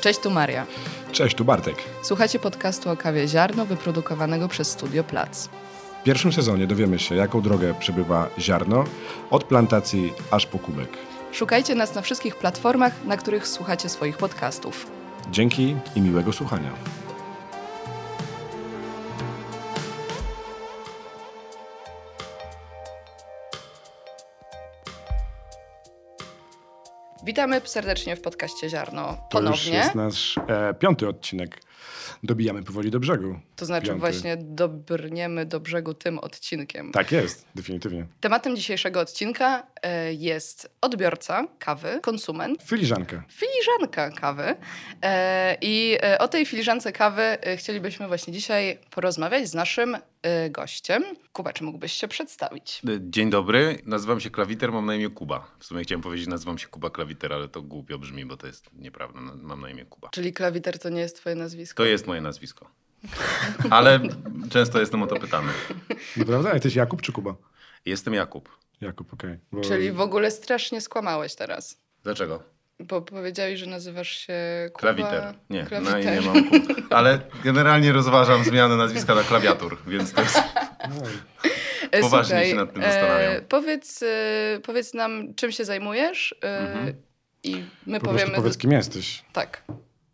Cześć, tu Maria. Cześć, tu Bartek. Słuchacie podcastu o kawie Ziarno, wyprodukowanego przez Studio Plac. W pierwszym sezonie dowiemy się, jaką drogę przebywa ziarno, od plantacji aż po kubek. Szukajcie nas na wszystkich platformach, na których słuchacie swoich podcastów. Dzięki i miłego słuchania. Witamy serdecznie w podcaście Ziarno To ponownie. już jest nasz 5. odcinek. Dobijamy powoli do brzegu. To znaczy 5. właśnie dobrniemy do brzegu tym odcinkiem. Tak jest, definitywnie. Tematem dzisiejszego odcinka jest odbiorca kawy, konsument. Filiżanka kawy. I o tej filiżance kawy chcielibyśmy właśnie dzisiaj porozmawiać z naszym gościem. Kuba, czy mógłbyś się przedstawić? Dzień dobry, nazywam się Klawiter, mam na imię Kuba. W sumie chciałem powiedzieć, nazywam się Kuba Klawiter, ale to głupio brzmi, bo to jest nieprawda. Mam na imię Kuba. Czyli Klawiter to nie jest twoje nazwisko? To jest moje nazwisko. Ale często jestem o to pytany. Naprawdę? Jesteś Jakub czy Kuba? Jestem Jakub. Jakub, okej. Czyli w ogóle strasznie skłamałeś teraz. Dlaczego? Bo powiedziałeś, że nazywasz się Kuba... Klawiter. Nie, Klawiter. na imię mam Kuba. Ale generalnie rozważam zmianę nazwiska na klawiatur, więc to jest... Poważnie się nad tym zastanawiam. Powiedz nam, czym się zajmujesz i my Po powiemy... prostu powiedz, kim jesteś. Tak.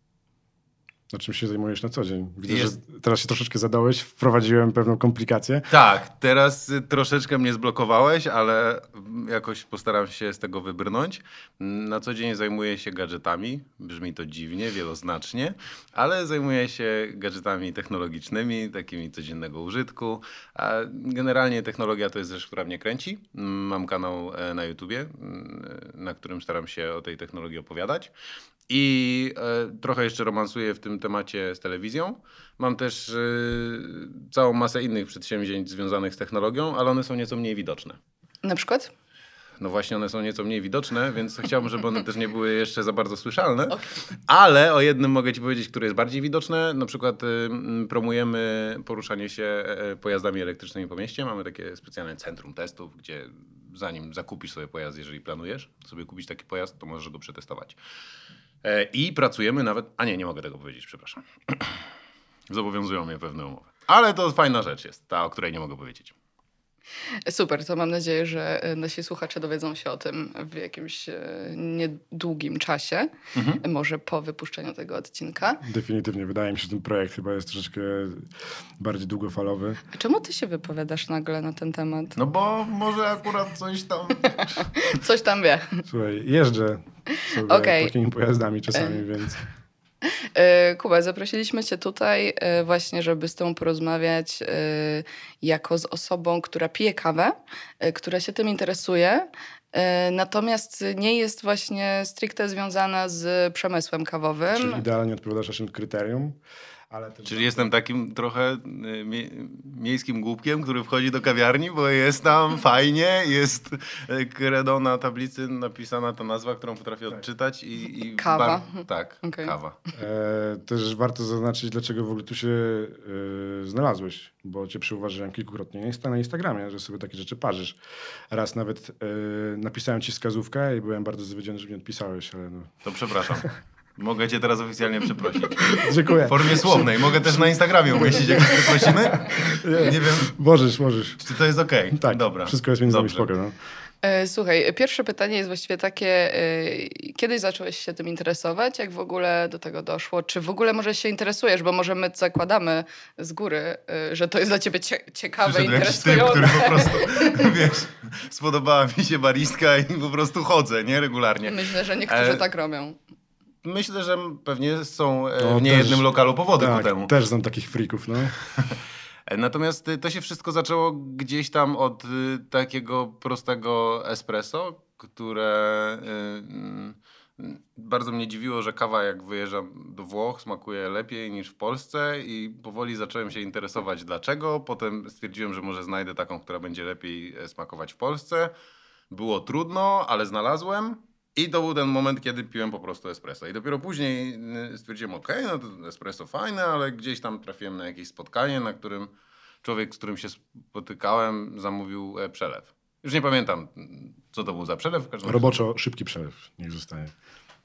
Na czym się zajmujesz na co dzień? Widzę, że teraz się troszeczkę zadałeś, wprowadziłem pewną komplikację. Tak, teraz troszeczkę mnie zblokowałeś, ale jakoś postaram się z tego wybrnąć. Na co dzień zajmuję się gadżetami, brzmi to dziwnie, wieloznacznie, ale zajmuję się gadżetami technologicznymi, takimi codziennego użytku. A generalnie technologia to jest rzecz, która mnie kręci. Mam kanał na YouTubie, na którym staram się o tej technologii opowiadać. I trochę jeszcze romansuję w tym temacie z telewizją. Mam też całą masę innych przedsięwzięć związanych z technologią, ale one są nieco mniej widoczne. Na przykład? No właśnie, one są nieco mniej widoczne, więc chciałbym, żeby one też nie były jeszcze za bardzo słyszalne. Okay. Ale o jednym mogę ci powiedzieć, które jest bardziej widoczne. Na przykład promujemy poruszanie się pojazdami elektrycznymi po mieście. Mamy takie specjalne centrum testów, gdzie zanim zakupisz sobie pojazd, jeżeli planujesz sobie kupić taki pojazd, to możesz go przetestować. I pracujemy nawet... A nie mogę tego powiedzieć, przepraszam. Zobowiązują mnie pewne umowy. Ale to fajna rzecz jest, ta, o której nie mogę powiedzieć. Super, to mam nadzieję, że nasi słuchacze dowiedzą się o tym w jakimś niedługim czasie. Może po wypuszczeniu tego odcinka. Definitywnie. Wydaje mi się, że ten projekt chyba jest troszeczkę bardziej długofalowy. A czemu ty się wypowiadasz nagle na ten temat? No bo może akurat coś tam... Coś tam wie. Słuchaj, jeżdżę sobie takimi pojazdami czasami, więc... Kuba, zaprosiliśmy cię tutaj właśnie, żeby z tobą porozmawiać jako z osobą, która pije kawę, która się tym interesuje, natomiast nie jest właśnie stricte związana z przemysłem kawowym. Czyli idealnie odpowiadasz naszym kryterium. Ale też... Czyli jestem takim trochę miejskim głupkiem, który wchodzi do kawiarni, bo jest tam fajnie, jest credo na tablicy napisana ta nazwa, którą potrafię odczytać i kawa. Tak, okay. Kawa. Też warto zaznaczyć, dlaczego w ogóle tu się znalazłeś, bo cię przyuważyłem kilkukrotnie na Instagramie, że sobie takie rzeczy parzysz. Raz nawet napisałem ci wskazówkę i byłem bardzo zawiedziony, że mi odpisałeś, ale no... To przepraszam. Mogę cię teraz oficjalnie przeprosić. Dziękuję. W formie słownej. Mogę też na Instagramie umieścić, jak przeprosimy? Nie wiem. Możesz. Czy to jest okej? Tak, dobra. Wszystko jest między nami spoko. No. Słuchaj, pierwsze pytanie jest właściwie takie, kiedy zacząłeś się tym interesować? Jak w ogóle do tego doszło? Czy w ogóle może się interesujesz? Bo może my zakładamy z góry, że to jest dla ciebie ciekawe, interesujące. Typ, który po prostu, wiesz, spodobała mi się baristka i po prostu chodzę, nie? Regularnie. Myślę, że niektórzy tak robią. Myślę, że pewnie są w niejednym lokalu powody ku temu. Też znam takich freaków, no. Natomiast to się wszystko zaczęło gdzieś tam od takiego prostego espresso, które bardzo mnie dziwiło, że kawa jak wyjeżdżam do Włoch smakuje lepiej niż w Polsce i powoli zacząłem się interesować dlaczego. Potem stwierdziłem, że może znajdę taką, która będzie lepiej smakować w Polsce. Było trudno, ale znalazłem. I to był ten moment, kiedy piłem po prostu espresso. I dopiero później stwierdziłem, no to espresso fajne, ale gdzieś tam trafiłem na jakieś spotkanie, na którym człowiek, z którym się spotykałem, zamówił przelew. Już nie pamiętam, co to był za przelew. Roboczo szybki przelew, niech zostanie.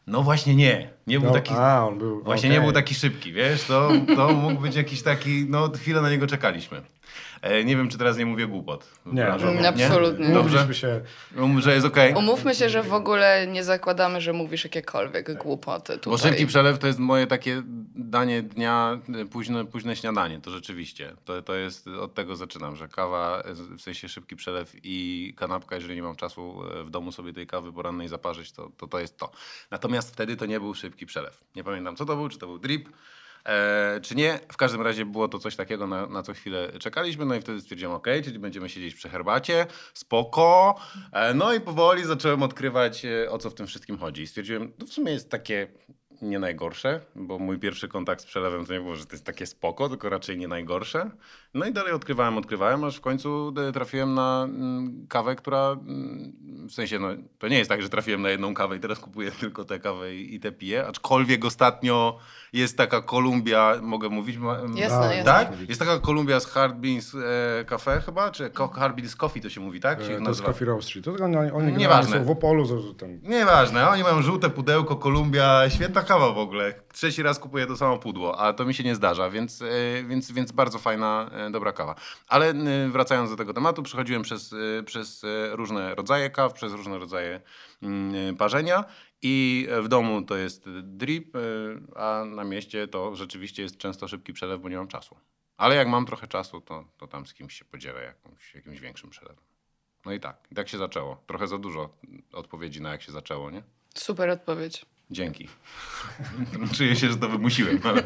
No właśnie nie był taki... on był... Właśnie nie był taki szybki, wiesz, to mógł być jakiś taki, no chwilę na niego czekaliśmy. Nie wiem, czy teraz nie mówię głupot. Nie, absolutnie. Dobrze się... Że jest okej? Umówmy się, że w ogóle nie zakładamy, że mówisz jakiekolwiek głupoty tutaj. Bo szybki przelew to jest moje takie danie dnia, późne śniadanie, to rzeczywiście. To jest, od tego zaczynam, że kawa, w sensie szybki przelew i kanapka, jeżeli nie mam czasu w domu sobie tej kawy porannej zaparzyć, to jest to. Natomiast wtedy to nie był szybki przelew. Nie pamiętam, co to był, czy to był drip, czy nie. W każdym razie było to coś takiego, na co chwilę czekaliśmy, no i wtedy stwierdziłem, czyli będziemy siedzieć przy herbacie, spoko. No i powoli zacząłem odkrywać, o co w tym wszystkim chodzi. I stwierdziłem, to w sumie jest takie nie najgorsze, bo mój pierwszy kontakt z przelewem to nie było, że to jest takie spoko, tylko raczej nie najgorsze. No i dalej odkrywałem, aż w końcu trafiłem na kawę, która, w sensie, no to nie jest tak, że trafiłem na jedną kawę i teraz kupuję tylko tę kawę i tę piję, aczkolwiek ostatnio jest taka Kolumbia, mogę mówić? Jasne. Tak? Jest taka Kolumbia z Hard Beans Cafe chyba, czy Hard Beans Coffee to się mówi, tak? To jest Coffee Roastery. To oni Nieważne. są w Opolu. Tam... Nieważne, oni mają żółte pudełko, Kolumbia, świetna kawa w ogóle. Trzeci raz kupuję to samo pudło, a to mi się nie zdarza, więc bardzo fajna, dobra kawa. Ale wracając do tego tematu, przechodziłem przez różne rodzaje kaw, przez różne rodzaje parzenia i w domu to jest drip, a na mieście to rzeczywiście jest często szybki przelew, bo nie mam czasu. Ale jak mam trochę czasu, to tam z kimś się podzielę jakimś większym przelewem. No i tak się zaczęło. Trochę za dużo odpowiedzi na jak się zaczęło, nie? Super odpowiedź. Dzięki. Czuję się, że to wymusiłem, ale...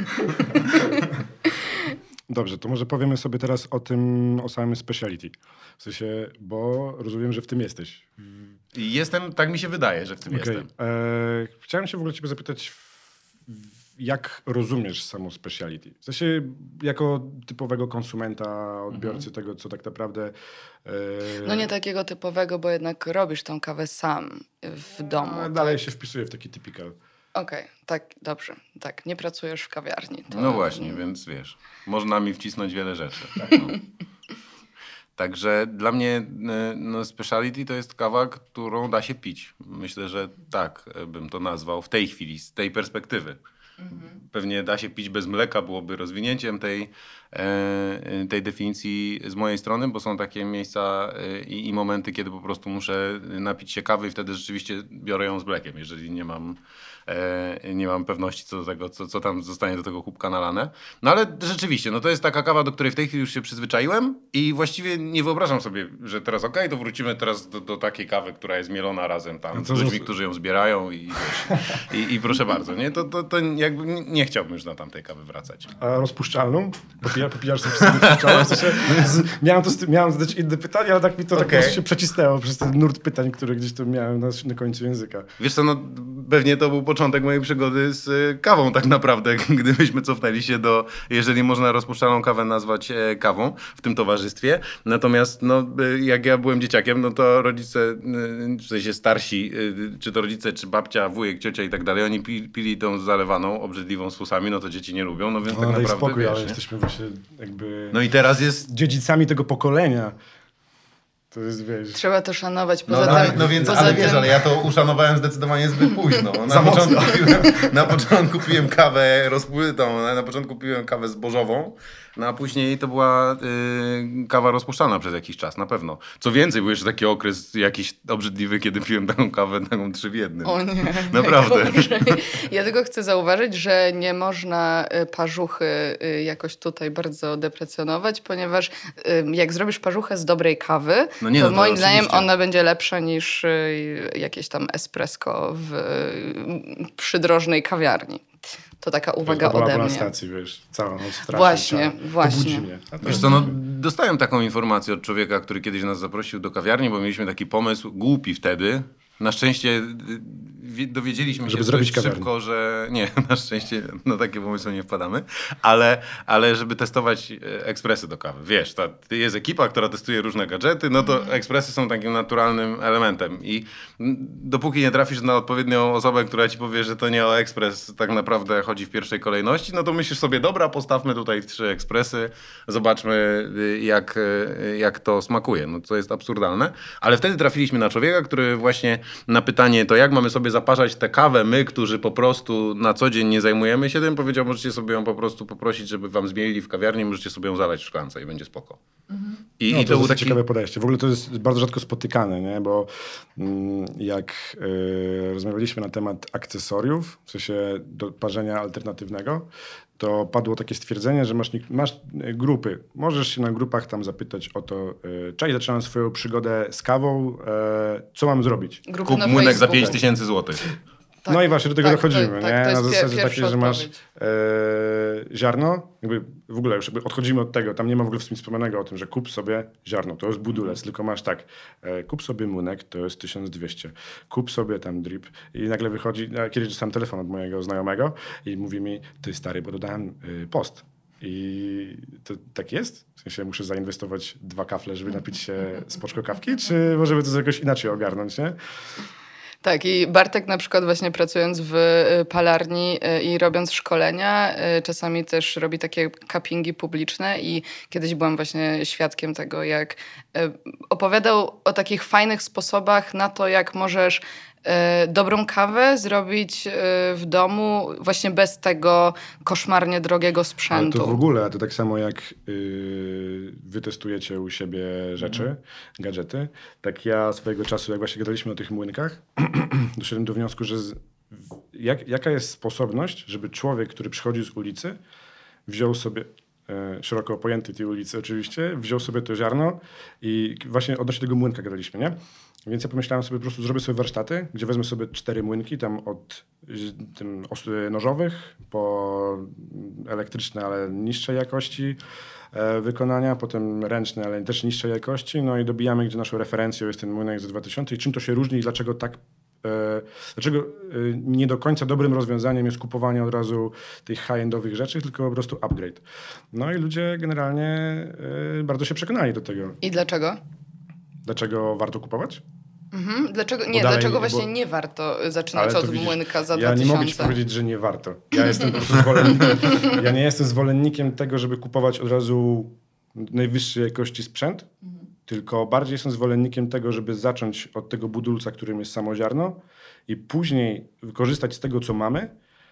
Dobrze, to może powiemy sobie teraz o samym speciality. W sensie, bo rozumiem, że w tym jesteś. Jestem, tak mi się wydaje, że w tym jestem. Chciałem się w ogóle ciebie zapytać, jak rozumiesz samo speciality? W sensie, jako typowego konsumenta, odbiorcy tego, co tak naprawdę... No nie takiego typowego, bo jednak robisz tą kawę sam w domu. Dalej się wpisuje w taki typical. Okej, tak, dobrze. Tak, nie pracujesz w kawiarni. No właśnie, więc wiesz, można mi wcisnąć wiele rzeczy. No. Także dla mnie speciality to jest kawa, którą da się pić. Myślę, że tak bym to nazwał w tej chwili, z tej perspektywy. Pewnie da się pić bez mleka, byłoby rozwinięciem tej definicji z mojej strony, bo są takie miejsca i momenty, kiedy po prostu muszę napić się kawy i wtedy rzeczywiście biorę ją z mlekiem, jeżeli nie mam pewności co do tego, co tam zostanie do tego kubka nalane. No ale rzeczywiście, no to jest taka kawa, do której w tej chwili już się przyzwyczaiłem i właściwie nie wyobrażam sobie, że teraz to wrócimy teraz do takiej kawy, która jest mielona razem tam z ludźmi, którzy ją zbierają i proszę bardzo, nie? To jakby nie chciałbym już na tamtej kawy wracać. A rozpuszczalną? Popijasz sobie rozpuszczalną? W sensie, miałem zadać inne pytania, ale tak mi to tak po prostu się przecisnęło przez ten nurt pytań, które gdzieś tu miałem na końcu języka. Wiesz co, no pewnie to był początek mojej przygody z kawą tak naprawdę, gdybyśmy cofnęli się jeżeli można rozpuszczalną kawę nazwać kawą w tym towarzystwie. Natomiast jak ja byłem dzieciakiem, no to rodzice, w sensie starsi, czy to rodzice, czy babcia, wujek, ciocia i tak dalej, oni pili tą zalewaną, obrzydliwą z fusami, no to dzieci nie lubią, no więc tak naprawdę spokój, wiesz, ale jesteśmy właśnie jakby... No i teraz jest... dziedzicami tego pokolenia. To jest, wiesz... Trzeba to szanować. Ale ja to uszanowałem zdecydowanie zbyt późno. Na początku piłem kawę na początku piłem kawę zbożową, no a później to była kawa rozpuszczalna przez jakiś czas, na pewno. Co więcej, był jeszcze taki okres jakiś obrzydliwy, kiedy piłem taką kawę, taką 3 w 1. O nie. Naprawdę. Ja tylko chcę zauważyć, że nie można parzuchy jakoś tutaj bardzo deprecjonować, ponieważ jak zrobisz parzuchę z dobrej kawy, to moim zdaniem ona będzie lepsza niż jakieś tam espresso w przydrożnej kawiarni. To taka uwaga ode mnie. Na stacji, wiesz, cała noc strasznie. Właśnie. Budzi mnie. Wiesz co, dostałem taką informację od człowieka, który kiedyś nas zaprosił do kawiarni, bo mieliśmy taki pomysł, głupi wtedy. Na szczęście dowiedzieliśmy się dość szybko, że... Nie, na szczęście na takie pomysły nie wpadamy. Ale żeby testować ekspresy do kawy. Wiesz, jest ekipa, która testuje różne gadżety, no to ekspresy są takim naturalnym elementem. I dopóki nie trafisz na odpowiednią osobę, która ci powie, że to nie o ekspres tak naprawdę chodzi w pierwszej kolejności, no to myślisz sobie, dobra, postawmy tutaj 3 ekspresy, zobaczmy jak to smakuje. No to jest absurdalne. Ale wtedy trafiliśmy na człowieka, który właśnie na pytanie, to jak mamy sobie zaparzać tę kawę, my, którzy po prostu na co dzień nie zajmujemy się tym, powiedział, możecie sobie ją po prostu poprosić, żeby wam zmielili w kawiarni, możecie sobie ją zalać w szklance i będzie spoko. I to był taki ciekawe podejście. W ogóle to jest bardzo rzadko spotykane, nie? Bo jak rozmawialiśmy na temat akcesoriów, w sensie do parzenia alternatywnego, to padło takie stwierdzenie, że masz grupy. Możesz się na grupach tam zapytać o to, cześć, zaczynam swoją przygodę z kawą, co mam zrobić? Grupy Kup na młynek za Facebooku. 5000 złotych. Tak, No i właśnie do tego dochodzimy, nie? To jest Na zasadzie pierwsza takiej, że masz odpowiedź. ziarno, jakby w ogóle już jakby odchodzimy od tego, tam nie ma w ogóle nic wspomnianego o tym, że kup sobie ziarno, to jest budulec, tylko masz tak, kup sobie młynek, to jest 1200, kup sobie tam drip i nagle wychodzi, kiedyś dostałem telefon od mojego znajomego i mówi mi, ty stary, bo dodałem post. I to tak jest? W sensie muszę zainwestować 2 kafle, żeby napić się spoczko kawki, czy możemy to jakoś inaczej ogarnąć, nie? Tak, i Bartek na przykład właśnie pracując w palarni i robiąc szkolenia, czasami też robi takie cuppingi publiczne i kiedyś byłam właśnie świadkiem tego, jak opowiadał o takich fajnych sposobach na to, jak możesz dobrą kawę zrobić w domu właśnie bez tego koszmarnie drogiego sprzętu. Ale to w ogóle, to tak samo jak wy testujecie u siebie rzeczy, gadżety, tak ja swojego czasu, jak właśnie gadaliśmy o tych młynkach, doszedłem do wniosku, że jaka jest sposobność, żeby człowiek, który przychodzi z ulicy, wziął sobie, szeroko pojęty tej ulicy oczywiście, wziął sobie to ziarno i właśnie odnośnie tego młynka gadaliśmy, nie? Więc ja pomyślałem sobie, po prostu zrobię sobie warsztaty, gdzie wezmę sobie 4 młynki, tam od nożowych po elektryczne, ale niższej jakości wykonania, potem ręczne, ale też niższej jakości, no i dobijamy, gdzie naszą referencją jest ten młynek za 2000 i czym to się różni i dlaczego dlaczego nie do końca dobrym rozwiązaniem jest kupowanie od razu tych high-endowych rzeczy, tylko po prostu upgrade. No i ludzie generalnie bardzo się przekonali do tego. I dlaczego? Dlaczego warto kupować? Dlaczego, Dalej, właśnie nie warto zaczynać Ale to od widzisz, młynka za ja 2000? nie mogę ci powiedzieć, że nie warto. Ja jestem po prostu zwolennikiem, ja nie jestem zwolennikiem tego, żeby kupować od razu najwyższej jakości sprzęt, tylko bardziej jestem zwolennikiem tego, żeby zacząć od tego budulca, którym jest samo ziarno i później korzystać z tego, co mamy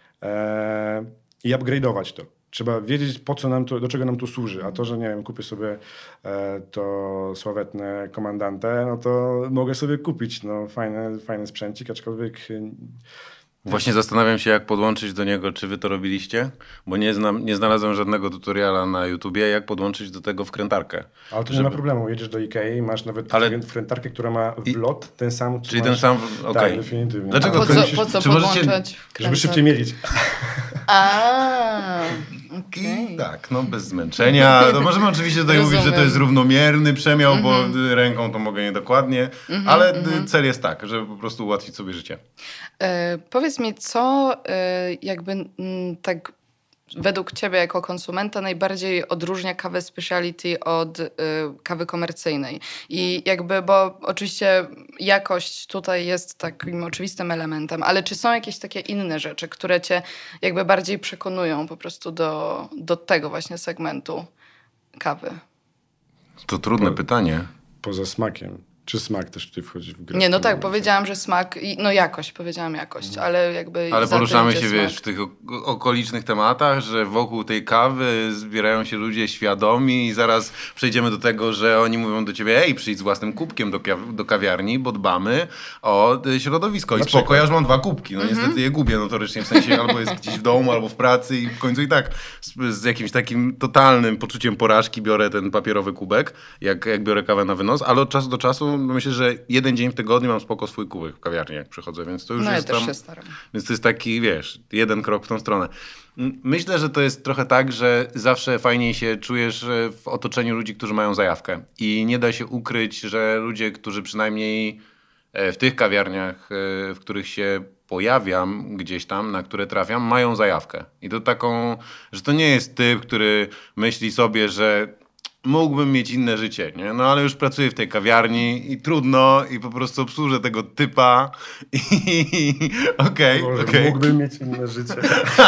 i upgrade'ować to. Trzeba wiedzieć, po co nam to, do czego nam to służy. A to, że nie wiem, kupię sobie to sławetne Komandante, no to mogę sobie kupić. No, fajny sprzęcik, aczkolwiek... Właśnie zastanawiam się, jak podłączyć do niego, czy wy to robiliście, bo nie znalazłem żadnego tutoriala na YouTubie, jak podłączyć do tego wkrętarkę. Ale to nie ma problemu, jedziesz do Ikei, masz nawet wkrętarkę, która ma wlot, ten sam, co Czyli masz... ten sam, okej. Tak, definitywnie. Dlaczego Po co czy możecie- podłączać Żeby szybciej mielić. okej. Tak, no bez zmęczenia. To możemy oczywiście tutaj mówić, że to jest równomierny przemiał, bo ręką to mogę niedokładnie, ale cel jest tak, żeby po prostu ułatwić sobie życie. Powiedz mi, co tak według ciebie jako konsumenta najbardziej odróżnia kawę speciality od kawy komercyjnej? I bo oczywiście jakość tutaj jest takim oczywistym elementem, ale czy są jakieś takie inne rzeczy, które cię bardziej przekonują po prostu do tego właśnie segmentu kawy? To trudne pytanie. Poza smakiem. Czy smak też tutaj wchodzi w grę? Nie, no tak, powiedziałam, że smak, jakość, powiedziałam jakość, ale Ale za poruszamy tym się, idzie wiesz, smak. w tych okolicznych tematach, że wokół tej kawy zbierają się ludzie świadomi i zaraz przejdziemy do tego, że oni mówią do ciebie, ej, przyjdź z własnym kubkiem do kawiarni, bo dbamy o środowisko. I Na spoko, przykład. ja już mam 2 kubki. No niestety je gubię notorycznie, w sensie albo jest gdzieś w domu, albo w pracy i w końcu i tak z jakimś takim totalnym poczuciem porażki biorę ten papierowy kubek, jak biorę kawę na wynos, ale od czasu do czasu myślę, że jeden dzień w tygodniu mam spoko swój kubek w kawiarni, jak przychodzę, więc to już No ja jest też tam... się staram. Więc to jest taki, wiesz, jeden krok w tą stronę. Myślę, że to jest trochę tak, że zawsze fajniej się czujesz w otoczeniu ludzi, którzy mają zajawkę. I nie da się ukryć, że ludzie, którzy przynajmniej w tych kawiarniach, w których się pojawiam gdzieś tam, na które trafiam, mają zajawkę. I to taką, że to nie jest typ, który myśli sobie, że mógłbym mieć inne życie, nie? No ale już pracuję w tej kawiarni i trudno i po prostu obsłużę tego typa i okej. Mógłbym mieć inne życie.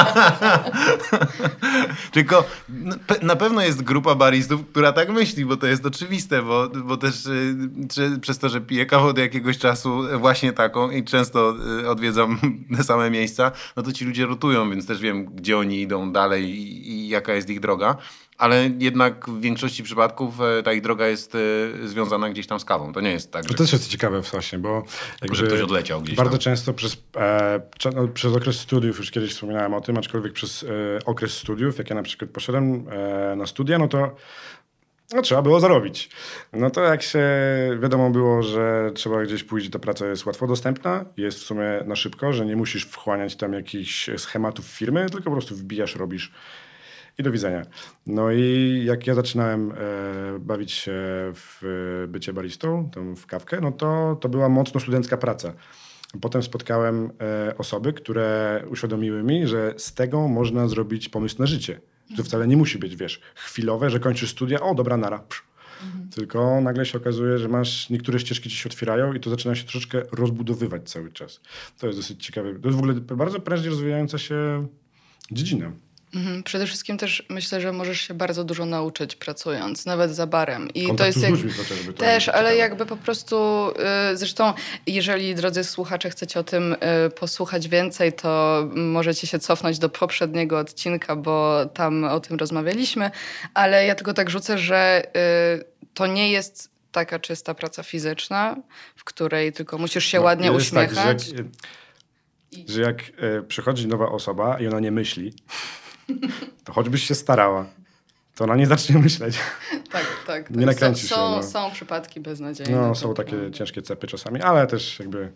Tylko na pewno jest grupa baristów, która tak myśli, bo to jest oczywiste, bo też przez to, że piję kawę od jakiegoś czasu właśnie taką i często odwiedzam te same miejsca, no to ci ludzie rotują, więc też wiem, gdzie oni idą dalej i jaka jest ich droga. Ale jednak w większości przypadków ta ich droga jest związana gdzieś tam z kawą. To nie jest tak, że... To też jest ciekawe właśnie, bo że ktoś odleciał gdzieś bardzo tam. często przez okres studiów, już kiedyś wspominałem o tym, aczkolwiek przez okres studiów, jak ja na przykład poszedłem na studia, no to trzeba było zarobić. No to jak się wiadomo było, że trzeba gdzieś pójść, ta praca jest łatwo dostępna, jest w sumie na szybko, że nie musisz wchłaniać tam jakichś schematów firmy, tylko po prostu wbijasz, robisz i do widzenia. No i jak ja zaczynałem bawić się w bycie baristą, tam w kawkę, no to była mocno studencka praca. Potem spotkałem osoby, które uświadomiły mi, że z tego można zrobić pomysł na życie. To wcale nie musi być, wiesz, chwilowe, że kończysz studia, o dobra, nara. Tylko nagle się okazuje, że niektóre ścieżki ci się otwierają i to zaczyna się troszeczkę rozbudowywać cały czas. To jest dosyć ciekawe. To jest w ogóle bardzo prężnie rozwijająca się dziedzina. Przede wszystkim też myślę, że możesz się bardzo dużo nauczyć pracując, nawet za barem. I Kontaktu to jest z ludźmi chociażby. To też, ale ciekawe. jakby po prostu, zresztą jeżeli drodzy słuchacze chcecie o tym posłuchać więcej, to możecie się cofnąć do poprzedniego odcinka, bo tam o tym rozmawialiśmy, ale ja tylko tak rzucę, że to nie jest taka czysta praca fizyczna, w której tylko musisz się ładnie uśmiechać. Tak, że jak przychodzi nowa osoba i ona nie myśli, to choćbyś się starała, to ona nie zacznie myśleć. Tak. Nie nakręcisz się. Są przypadki beznadziejne. No, są takie ciężkie cepy czasami, ale też jakby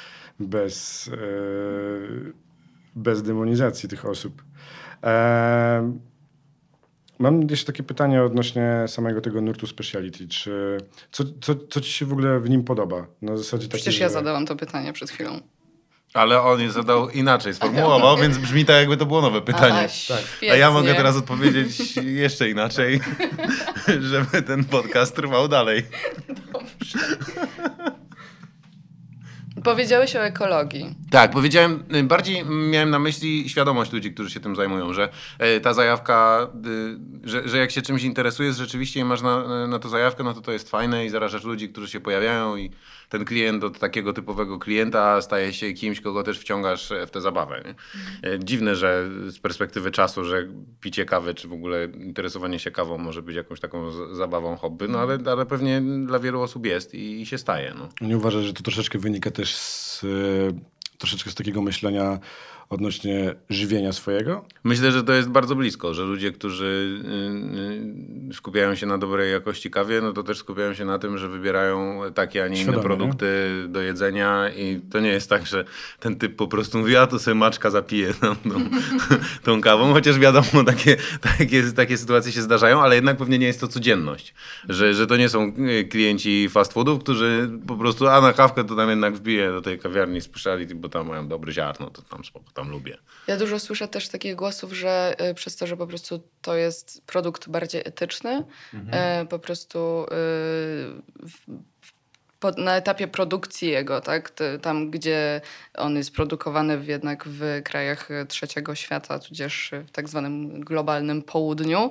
bez demonizacji tych osób. Mam jeszcze takie pytanie odnośnie samego tego nurtu speciality. Co ci się w ogóle w nim podoba? Na zasadzie Przecież ja zadałam to pytanie przed chwilą. Ale on je zadał inaczej, sformułował, więc brzmi tak, jakby to było nowe pytanie. A ja mogę teraz odpowiedzieć jeszcze inaczej, żeby ten podcast trwał dalej. Dobrze. Powiedziałeś o ekologii. Tak, powiedziałem, bardziej miałem na myśli świadomość ludzi, którzy się tym zajmują, że ta zajawka, że jak się czymś interesujesz rzeczywiście i masz na to zajawkę, no to jest fajne i zarażasz ludzi, którzy się pojawiają i ten klient od takiego typowego klienta staje się kimś, kogo też wciągasz w tę zabawę. Nie? Dziwne, że z perspektywy czasu, że picie kawy, czy w ogóle interesowanie się kawą może być jakąś taką zabawą, hobby, no ale pewnie dla wielu osób jest i się staje. No. Nie uważasz, że to troszeczkę wynika też troszeczkę z takiego myślenia odnośnie żywienia swojego? Myślę, że to jest bardzo blisko, że ludzie, którzy skupiają się na dobrej jakości kawie, no to też skupiają się na tym, że wybierają takie, a nie inne produkty do jedzenia i to nie jest tak, że ten typ po prostu mówi, a to sobie maczka zapije tą kawą, chociaż wiadomo, takie sytuacje się zdarzają, ale jednak pewnie nie jest to codzienność, że to nie są klienci fast foodów, którzy po prostu, a na kawkę to tam jednak wbiję do tej kawiarni speciality, bo tam mają dobry ziarno, to tam spoko, tam lubię. Ja dużo słyszę też takich głosów, że przez to, że po prostu to jest produkt bardziej etyczny, po prostu na etapie produkcji jego, tak? Tam, gdzie on jest produkowany jednak w krajach trzeciego świata, tudzież w tak zwanym globalnym południu.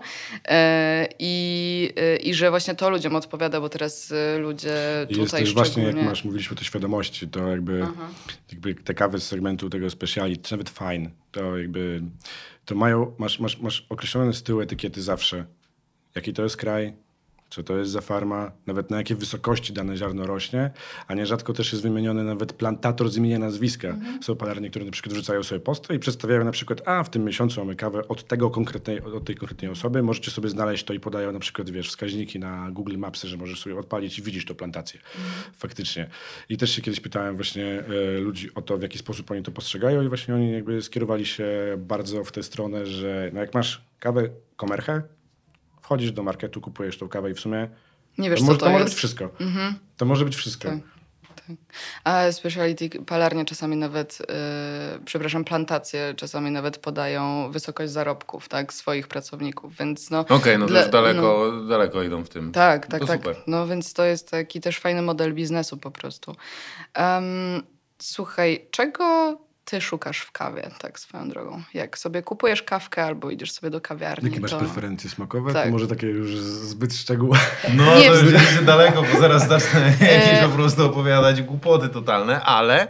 I że właśnie to ludziom odpowiada, bo teraz ludzie tutaj jest też szczególnie... właśnie, jak mówiliśmy o tej świadomości, to jakby te kawy z segmentu tego speciality, czy nawet fine, to jakby to masz określone z tyłu etykiety zawsze. Jaki to jest kraj, co to jest za farma, nawet na jakiej wysokości dane ziarno rośnie, a nierzadko też jest wymieniony nawet plantator z imienia nazwiska. Są palarnie, które na przykład wrzucają sobie posty i przedstawiają na przykład, w tym miesiącu mamy kawę od tej konkretnej osoby, możecie sobie znaleźć to i podają na przykład, wskaźniki na Google Mapsy, że możesz sobie odpalić i widzisz tą plantację. Faktycznie. I też się kiedyś pytałem właśnie ludzi o to, w jaki sposób oni to postrzegają i właśnie oni jakby skierowali się bardzo w tę stronę, że jak masz kawę komerchę, wchodzisz do marketu, kupujesz tą kawę i w sumie nie wiesz, to co może jest. być wszystko. To może być wszystko. Tak. A speciality palarnie czasami nawet, plantacje czasami nawet podają wysokość zarobków, tak, swoich pracowników, więc no... Okej, no to już daleko idą w tym. Tak. Super. No więc to jest taki też fajny model biznesu po prostu. Słuchaj, czego ty szukasz w kawie, tak swoją drogą? Jak sobie kupujesz kawkę albo idziesz sobie do kawiarni, Jakie masz preferencje smakowe? Tak. To może takie już zbyt szczegółowe. No Nie, to już idzie daleko, bo zaraz zacznę jakieś po prostu opowiadać głupoty totalne, ale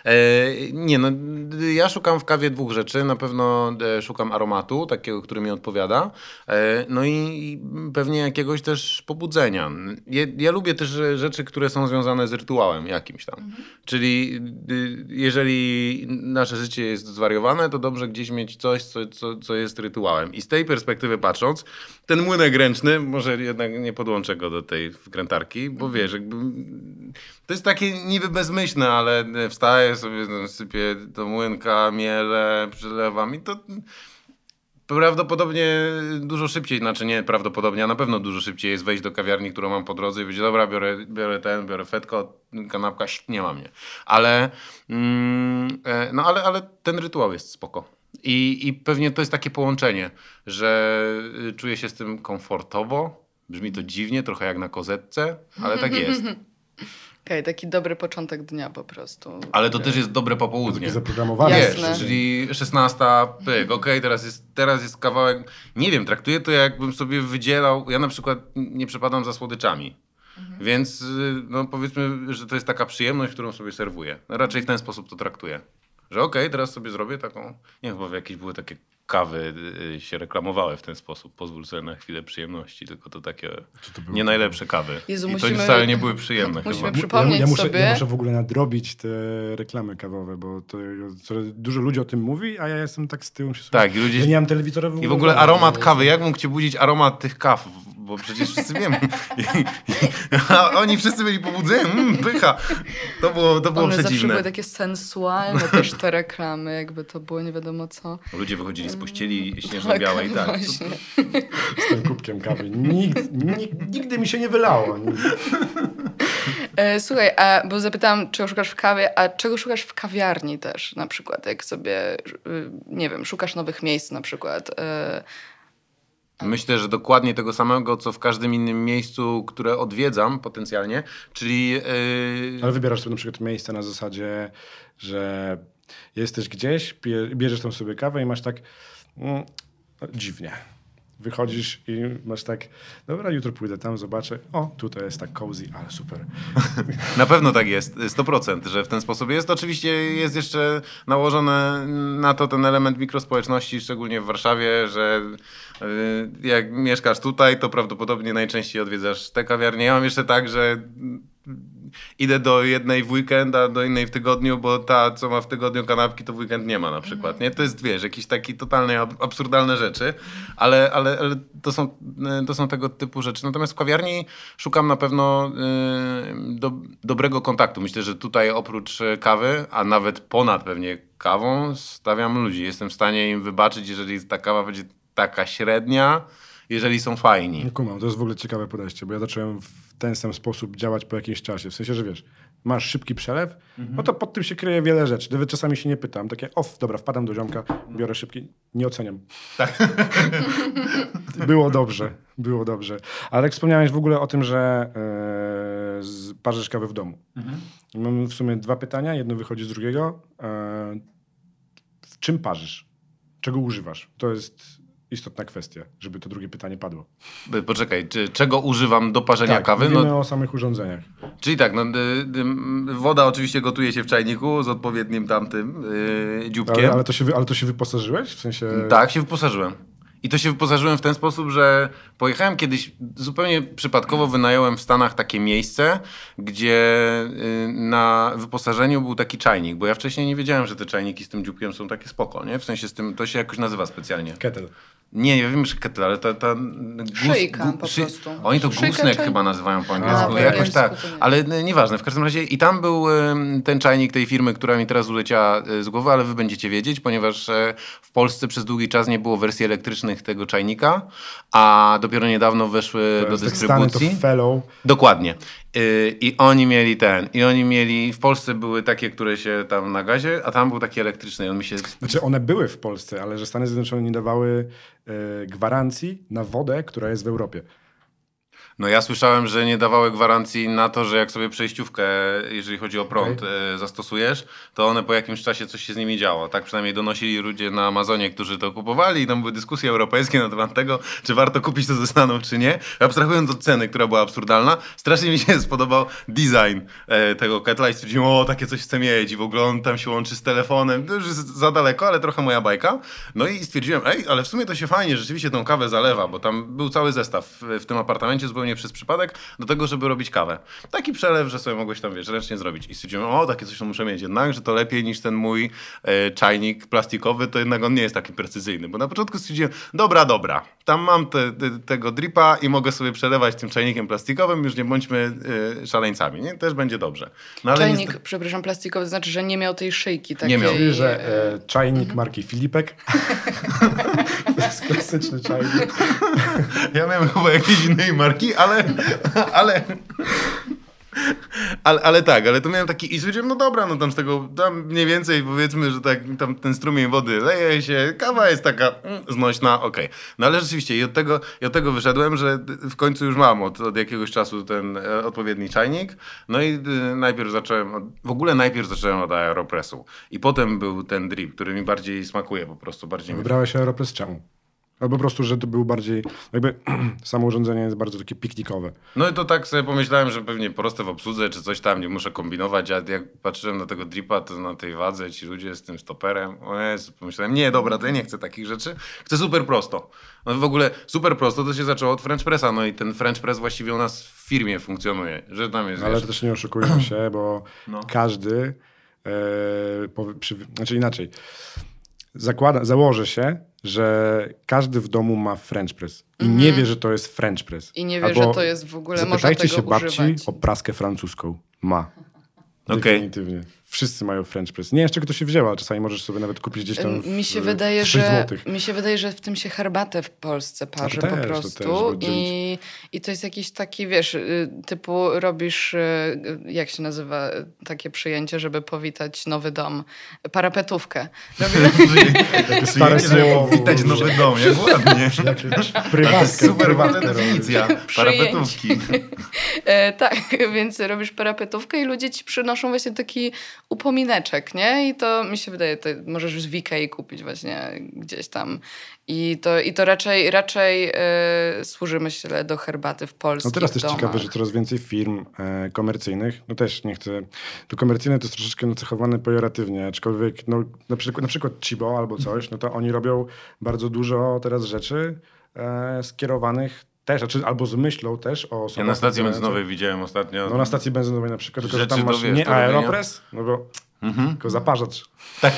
ja szukam w kawie dwóch rzeczy. Na pewno szukam aromatu, takiego, który mi odpowiada, no i pewnie jakiegoś też pobudzenia. Ja lubię też rzeczy, które są związane z rytuałem jakimś tam. Czyli jeżeli nasze życie jest zwariowane, to dobrze gdzieś mieć coś, co jest rytuałem. I z tej perspektywy patrząc, ten młynek ręczny, może jednak nie podłączę go do tej wkrętarki, bo wiesz, jakby to jest takie niby bezmyślne, ale wstaję sobie, sypię do młynka, mielę, przelewam i to prawdopodobnie dużo szybciej, znaczy nie prawdopodobnie, a na pewno dużo szybciej jest wejść do kawiarni, którą mam po drodze i powiedzieć, dobra, biorę fetko, kanapka, nie ma mnie. Ale ten rytuał jest spoko. I pewnie to jest takie połączenie, że czuję się z tym komfortowo, brzmi to dziwnie, trochę jak na kozetce, ale tak jest. Okej, taki dobry początek dnia po prostu. Ale to też jest dobre popołudnie. Takie zaprogramowane. Wiesz, czyli 16, pyk, teraz jest kawałek, nie wiem, traktuję to jakbym sobie wydzielał, ja na przykład nie przepadam za słodyczami, więc no powiedzmy, że to jest taka przyjemność, którą sobie serwuję. Raczej w ten sposób to traktuję. Że teraz sobie zrobię taką, nie chyba jakieś były takie kawy się reklamowały w ten sposób. Pozwól sobie na chwilę przyjemności, tylko to takie nie najlepsze kawy. Jezu, I to wcale nie były przyjemne. Musimy chyba. przypomnieć sobie. Ja muszę w ogóle nadrobić te reklamy kawowe, bo to dużo ludzi o tym mówi, a ja jestem tak z tyłu. Tak, i ludzie... Ja nie mam telewizora w ogóle. I w ogóle aromat kawy. Jak mógł cię budzić aromat tych kaw? Bo przecież wszyscy wiemy. A oni wszyscy byli pobudzeni. Pycha. To było One zawsze przedziwne. były takie sensualne też te reklamy, jakby to było nie wiadomo co. Ludzie wychodzili z pościeli śnieżno-białej. Tak. Właśnie. Z tym kubkiem kawy. Nigdy mi się nie wylało. Słuchaj, bo zapytałam, czego szukasz w kawie, a czego szukasz w kawiarni też na przykład, jak sobie, nie wiem, szukasz nowych miejsc na przykład. Myślę, że dokładnie tego samego, co w każdym innym miejscu, które odwiedzam potencjalnie, czyli... Ale wybierasz sobie na przykład miejsce na zasadzie, że jesteś gdzieś, bierzesz tam sobie kawę i masz tak dziwnie. Wychodzisz i masz tak, dobra, jutro pójdę tam, zobaczę, tutaj jest tak cozy, ale super. Na pewno tak jest, 100%, że w ten sposób jest. Oczywiście jest jeszcze nałożony na to ten element mikrospołeczności, szczególnie w Warszawie, że jak mieszkasz tutaj, to prawdopodobnie najczęściej odwiedzasz te kawiarnie. Ja mam jeszcze tak, że idę do jednej w weekend, a do innej w tygodniu, bo ta, co ma w tygodniu kanapki, to w weekend nie ma na przykład. Nie? To jest, wiesz, jakieś takie totalnie absurdalne rzeczy, ale to są tego typu rzeczy. Natomiast w kawiarni szukam na pewno dobrego kontaktu. Myślę, że tutaj oprócz kawy, a nawet ponad pewnie kawą, stawiam ludzi. Jestem w stanie im wybaczyć, jeżeli ta kawa będzie taka średnia, jeżeli są fajni. Kumam, to jest w ogóle ciekawe podejście, bo ja zacząłem w ten sam sposób działać po jakimś czasie. W sensie, że wiesz, masz szybki przelew, no to pod tym się kryje wiele rzeczy. Nawet czasami się nie pytam. Takie, dobra, wpadam do ziomka, biorę szybki, nie oceniam. Tak. Było dobrze. Ale jak wspomniałeś w ogóle o tym, że parzysz kawę w domu. Mam w sumie 2 pytania, jedno wychodzi z drugiego. W czym parzysz? Czego używasz? To jest istotna kwestia, żeby to drugie pytanie padło. Poczekaj, czego używam do parzenia kawy? Mówimy o samych urządzeniach. Czyli tak, woda oczywiście gotuje się w czajniku z odpowiednim tamtym dzióbkiem. Ale to się wyposażyłeś? W sensie... Tak, się wyposażyłem. I to się wyposażyłem w ten sposób, że pojechałem kiedyś, zupełnie przypadkowo wynająłem w Stanach takie miejsce, gdzie na wyposażeniu był taki czajnik, bo ja wcześniej nie wiedziałem, że te czajniki z tym dzióbkiem są takie spoko, nie? W sensie z tym, to się jakoś nazywa specjalnie. Kettle. Nie wiem, że kettle, ale ta szyjka po prostu. Oni to gooseneck chyba nazywają po angielsku. Jakoś tak, ale nieważne. W każdym razie i tam był ten czajnik tej firmy, która mi teraz uleciała z głowy, ale wy będziecie wiedzieć, ponieważ w Polsce przez długi czas nie było wersji elektrycznej elektrycznych tego czajnika, a dopiero niedawno weszły do dystrybucji. To fellow. Dokładnie. I oni mieli, w Polsce były takie, które się tam na gazie, a tam był taki elektryczny. On mi się... Znaczy one były w Polsce, ale że Stany Zjednoczone nie dawały gwarancji na wodę, która jest w Europie. No ja słyszałem, że nie dawały gwarancji na to, że jak sobie przejściówkę, jeżeli chodzi o prąd, zastosujesz, to one po jakimś czasie coś się z nimi działo. Tak przynajmniej donosili ludzie na Amazonie, którzy to kupowali i tam były dyskusje europejskie na temat tego, czy warto kupić to ze Stanów, czy nie. Abstrahując od ceny, która była absurdalna, strasznie mi się spodobał design tego ketla i stwierdziłem, o, takie coś chcę mieć i w ogóle on tam się łączy z telefonem. To już jest za daleko, ale trochę moja bajka. No i stwierdziłem, ale w sumie to się fajnie rzeczywiście tą kawę zalewa, bo tam był cały zestaw w tym apartamencie zupełnie przez przypadek do tego, żeby robić kawę. Taki przelew, że sobie mogłeś tam, ręcznie zrobić. I stwierdziłem, takie coś to muszę mieć. Jednak, że to lepiej niż ten mój czajnik plastikowy, to jednak on nie jest taki precyzyjny. Bo na początku stwierdziłem, dobra, tam mam tego dripa i mogę sobie przelewać tym czajnikiem plastikowym, już nie bądźmy szaleńcami, nie? Też będzie dobrze. No, ale czajnik, przepraszam, plastikowy, znaczy, że nie miał tej szyjki takiej. Nie miał. Czyli, że czajnik marki Filipek. To jest klasyczny czajnik. Ja miałem chyba jakiejś innej marki, ale to miałem taki i stwierdziłem, no dobra, no tam z tego, tam mniej więcej powiedzmy, że tak tam ten strumień wody leje się, kawa jest taka znośna, okej. No ale rzeczywiście i od tego wyszedłem, że w końcu już mam od jakiegoś czasu ten odpowiedni czajnik, no i najpierw zacząłem od Aeropressu i potem był ten drip, który mi bardziej smakuje po prostu, bardziej. Wybrałeś Aeropress czemu? Albo po prostu, że to był bardziej, jakby samo urządzenie jest bardzo takie piknikowe. No i to tak sobie pomyślałem, że pewnie proste w obsłudze, czy coś tam, nie muszę kombinować, a jak patrzyłem na tego dripa, to na tej wadze ci ludzie z tym stoperem, o Jezu, pomyślałem, nie, dobra, to ja nie chcę takich rzeczy, chcę super prosto. No w ogóle super prosto to się zaczęło od French Pressa, no i ten French Press właściwie u nas w firmie funkcjonuje, że tam jest... Ale też nie oszukujmy się, bo każdy, znaczy inaczej, założę się, że każdy w domu ma French Press i nie wie, że to jest French Press. I nie wie, że to jest w ogóle, można tego Zapytajcie się babci używać. o praskę francuską. Ma. Okej. Definitywnie. Wszyscy mają French Press. Nie wiem, z czego to się wzięło, ale czasami możesz sobie nawet kupić gdzieś tam mi się wydaje, że w tym się herbatę w Polsce parzy po prostu. I to jest jakiś taki, wiesz, typu robisz, jak się nazywa takie przyjęcie, żeby powitać nowy dom? Parapetówkę. Stare słowo. Powitać nowy dom, jak ładnie. Prywatkę. Super ładna definicja. Parapetówki. Tak, więc robisz parapetówkę i ludzie ci przynoszą właśnie taki upomineczek, nie? I to mi się wydaje, to możesz z Ikei kupić właśnie gdzieś tam. I to raczej służy, myślę, do herbaty w polskich No teraz też domach. ciekawe, że coraz więcej firm komercyjnych, no też nie chcę, to komercyjne to jest troszeczkę nacechowane pejoratywnie, aczkolwiek no, na przykład Chibo albo coś, no to oni robią bardzo dużo teraz rzeczy skierowanych też, albo z myślą też o osobach. Ja na stacji benzynowej widziałem ostatnio. No na stacji benzynowej na przykład, tylko że Rzeczy tam masz nie Aeropress, no bo tylko zaparzacz. Tak.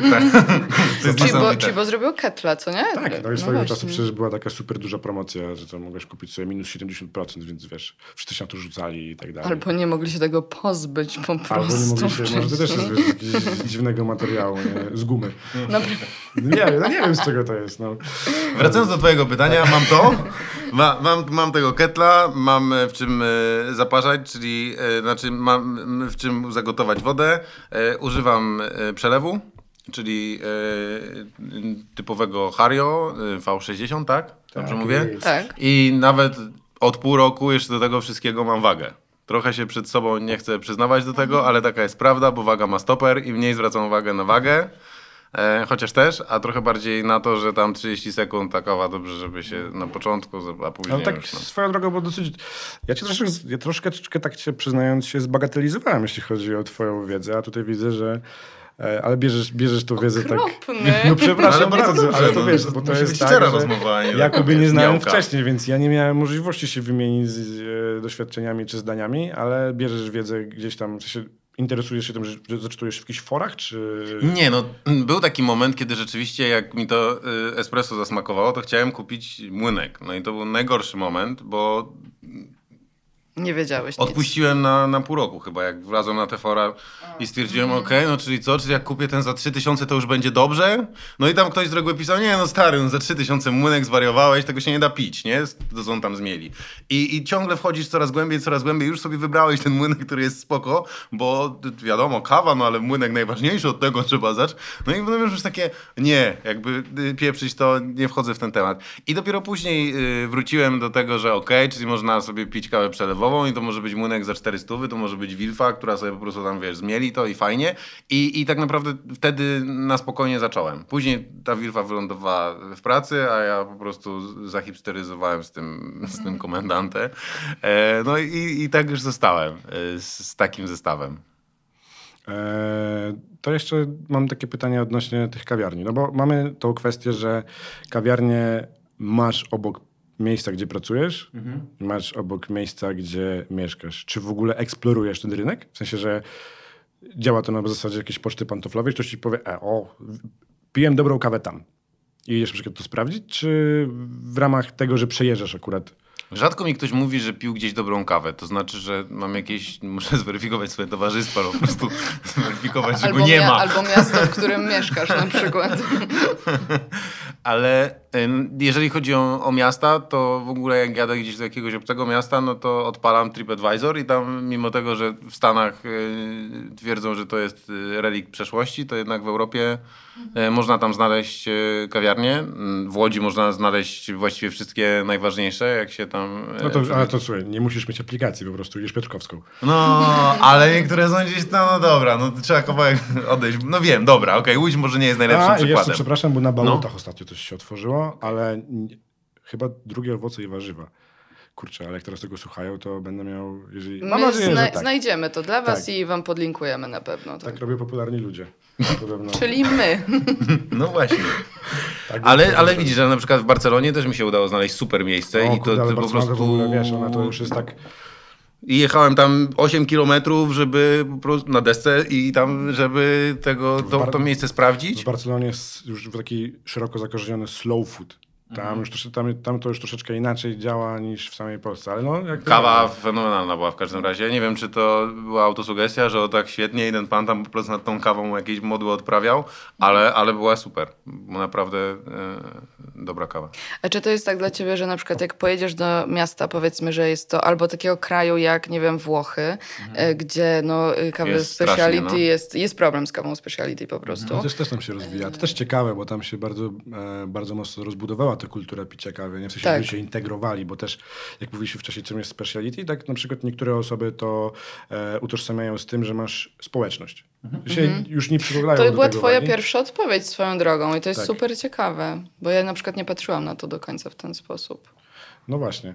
To jest Chibo zrobił ketla, co nie? Tak, no i swojego właśnie. czasu przecież była taka super duża promocja, że tam mogłeś kupić sobie minus 70%, więc wiesz, wszyscy się na to rzucali i tak dalej. Albo nie mogli się tego pozbyć po prostu. Albo nie mogli się, może to też jest wiesz, jakiegoś dziwnego materiału, nie? Z gumy. Nie wiem z czego to jest. No. Wracając do twojego pytania, mam to. Mam tego ketla, mam w czym zaparzać, czyli mam w czym zagotować wodę. Używam przelewu, czyli typowego Hario V60, tak? Dobrze mówię? Tak. I nawet od pół roku jeszcze do tego wszystkiego mam wagę. Trochę się przed sobą nie chcę przyznawać do tego, ale taka jest prawda, bo waga ma stoper i mniej zwracam uwagę na wagę. Chociaż też, a trochę bardziej na to, że tam 30 sekund ta kawa dobrze, żeby się na początku, a później Ale tak już. No. swoją drogą, bo dosyć... Ja troszeczkę tak się przyznając się zbagatelizowałem, jeśli chodzi o twoją wiedzę, a tutaj widzę, że... Ale bierzesz tą wiedzę tak... No przepraszam bardzo, ale to wiesz, bo to jest tak, że Jakuby nie znałem wcześniej, więc ja nie miałem możliwości się wymienić z doświadczeniami czy zdaniami, ale bierzesz wiedzę gdzieś tam... Interesujesz się tym, że zaczytujesz w jakichś forach, czy... Nie, no był taki moment, kiedy rzeczywiście jak mi to espresso zasmakowało, to chciałem kupić młynek. No i to był najgorszy moment, bo Nie wiedziałeś nic. Odpuściłem na pół roku chyba, jak wlazłem na te fora i stwierdziłem, okej, no czyli co, czyli jak kupię ten za 3000 to już będzie dobrze? No i tam ktoś z reguły pisał, nie no stary, no za 3000 młynek zwariowałeś, tego się nie da pić, nie? To co on tam zmieli. I ciągle wchodzisz coraz głębiej, już sobie wybrałeś ten młynek, który jest spoko, bo wiadomo, kawa, no ale młynek najważniejszy, od tego trzeba zacząć. No i potem już takie, nie, jakby pieprzyć to, nie wchodzę w ten temat. I dopiero później wróciłem do tego, że czyli można sobie pić kawę przelewową, i to może być młynek za 400, to może być Wilfa, która sobie po prostu tam, zmieli to i fajnie. I tak naprawdę wtedy na spokojnie zacząłem. Później ta Wilfa wylądowała w pracy, a ja po prostu zahipsteryzowałem z tym komendantem. No i tak już zostałem z takim zestawem. To jeszcze mam takie pytanie odnośnie tych kawiarni. No bo mamy tą kwestię, że kawiarnię masz obok miejsca, gdzie pracujesz, masz obok miejsca, gdzie mieszkasz. Czy w ogóle eksplorujesz ten rynek? W sensie, że działa to na zasadzie jakiejś poczty pantoflowej, ktoś ci powie, piję dobrą kawę tam. I idziesz na przykład to sprawdzić, czy w ramach tego, że przejeżdżasz akurat? Rzadko mi ktoś mówi, że pił gdzieś dobrą kawę. To znaczy, że mam muszę zweryfikować swoje towarzystwo, albo po prostu zweryfikować, że go nie ma. Albo miasto, w którym mieszkasz na przykład. Ale jeżeli chodzi o miasta, to w ogóle jak jadę gdzieś do jakiegoś obcego miasta, no to odpalam TripAdvisor i tam mimo tego, że w Stanach twierdzą, że to jest relikt przeszłości, to jednak w Europie można tam znaleźć kawiarnię. W Łodzi można znaleźć właściwie wszystkie najważniejsze, jak się tam... Ale to słuchaj, nie musisz mieć aplikacji, po prostu idziesz Piotrkowską. No, ale niektóre są gdzieś tam, no dobra, no trzeba kawałek odejść. No wiem, dobra, Łódź może nie jest najlepszym przykładem. Jeszcze przepraszam, bo na Bałutach ostatnio coś się otworzyło, ale chyba drugie owoce i warzywa. Kurczę, ale jak teraz tego słuchają, to będę miał... Mam nadzieję, że tak. Znajdziemy to dla was i wam podlinkujemy na pewno. Tak robią popularni ludzie. Czyli my. No właśnie. Tak, ale widzisz, że na przykład w Barcelonie też mi się udało znaleźć super miejsce. I to po prostu... w ogóle, wiesz, ona to już jest tak... I jechałem tam 8 kilometrów, żeby po prostu na desce i tam, żeby to miejsce sprawdzić. W Barcelonie jest już taki szeroko zakorzeniony slow food. Tam to już troszeczkę inaczej działa niż w samej Polsce. Ale kawa fenomenalna była w każdym razie. Nie wiem, czy to była autosugestia, że tak świetnie jeden pan tam po prostu nad tą kawą jakieś modły odprawiał, ale była super. Naprawdę dobra kawa. A czy to jest tak dla ciebie, że na przykład jak pojedziesz do miasta, powiedzmy, że jest to albo takiego kraju jak, nie wiem, Włochy, gdzie kawy jest speciality jest problem z kawą speciality po prostu. Też tam się rozwija. To też ciekawe, bo tam się bardzo, bardzo mocno rozbudowała ta kultura picia kawy, nie? W sensie, żeby się integrowali, bo też, jak mówiliśmy wcześniej, czym jest speciality, tak na przykład niektóre osoby to utożsamiają z tym, że masz społeczność. Się już nie przykładają To była twoja pierwsza odpowiedź swoją drogą i to jest super ciekawe, bo ja na przykład nie patrzyłam na to do końca w ten sposób. No właśnie.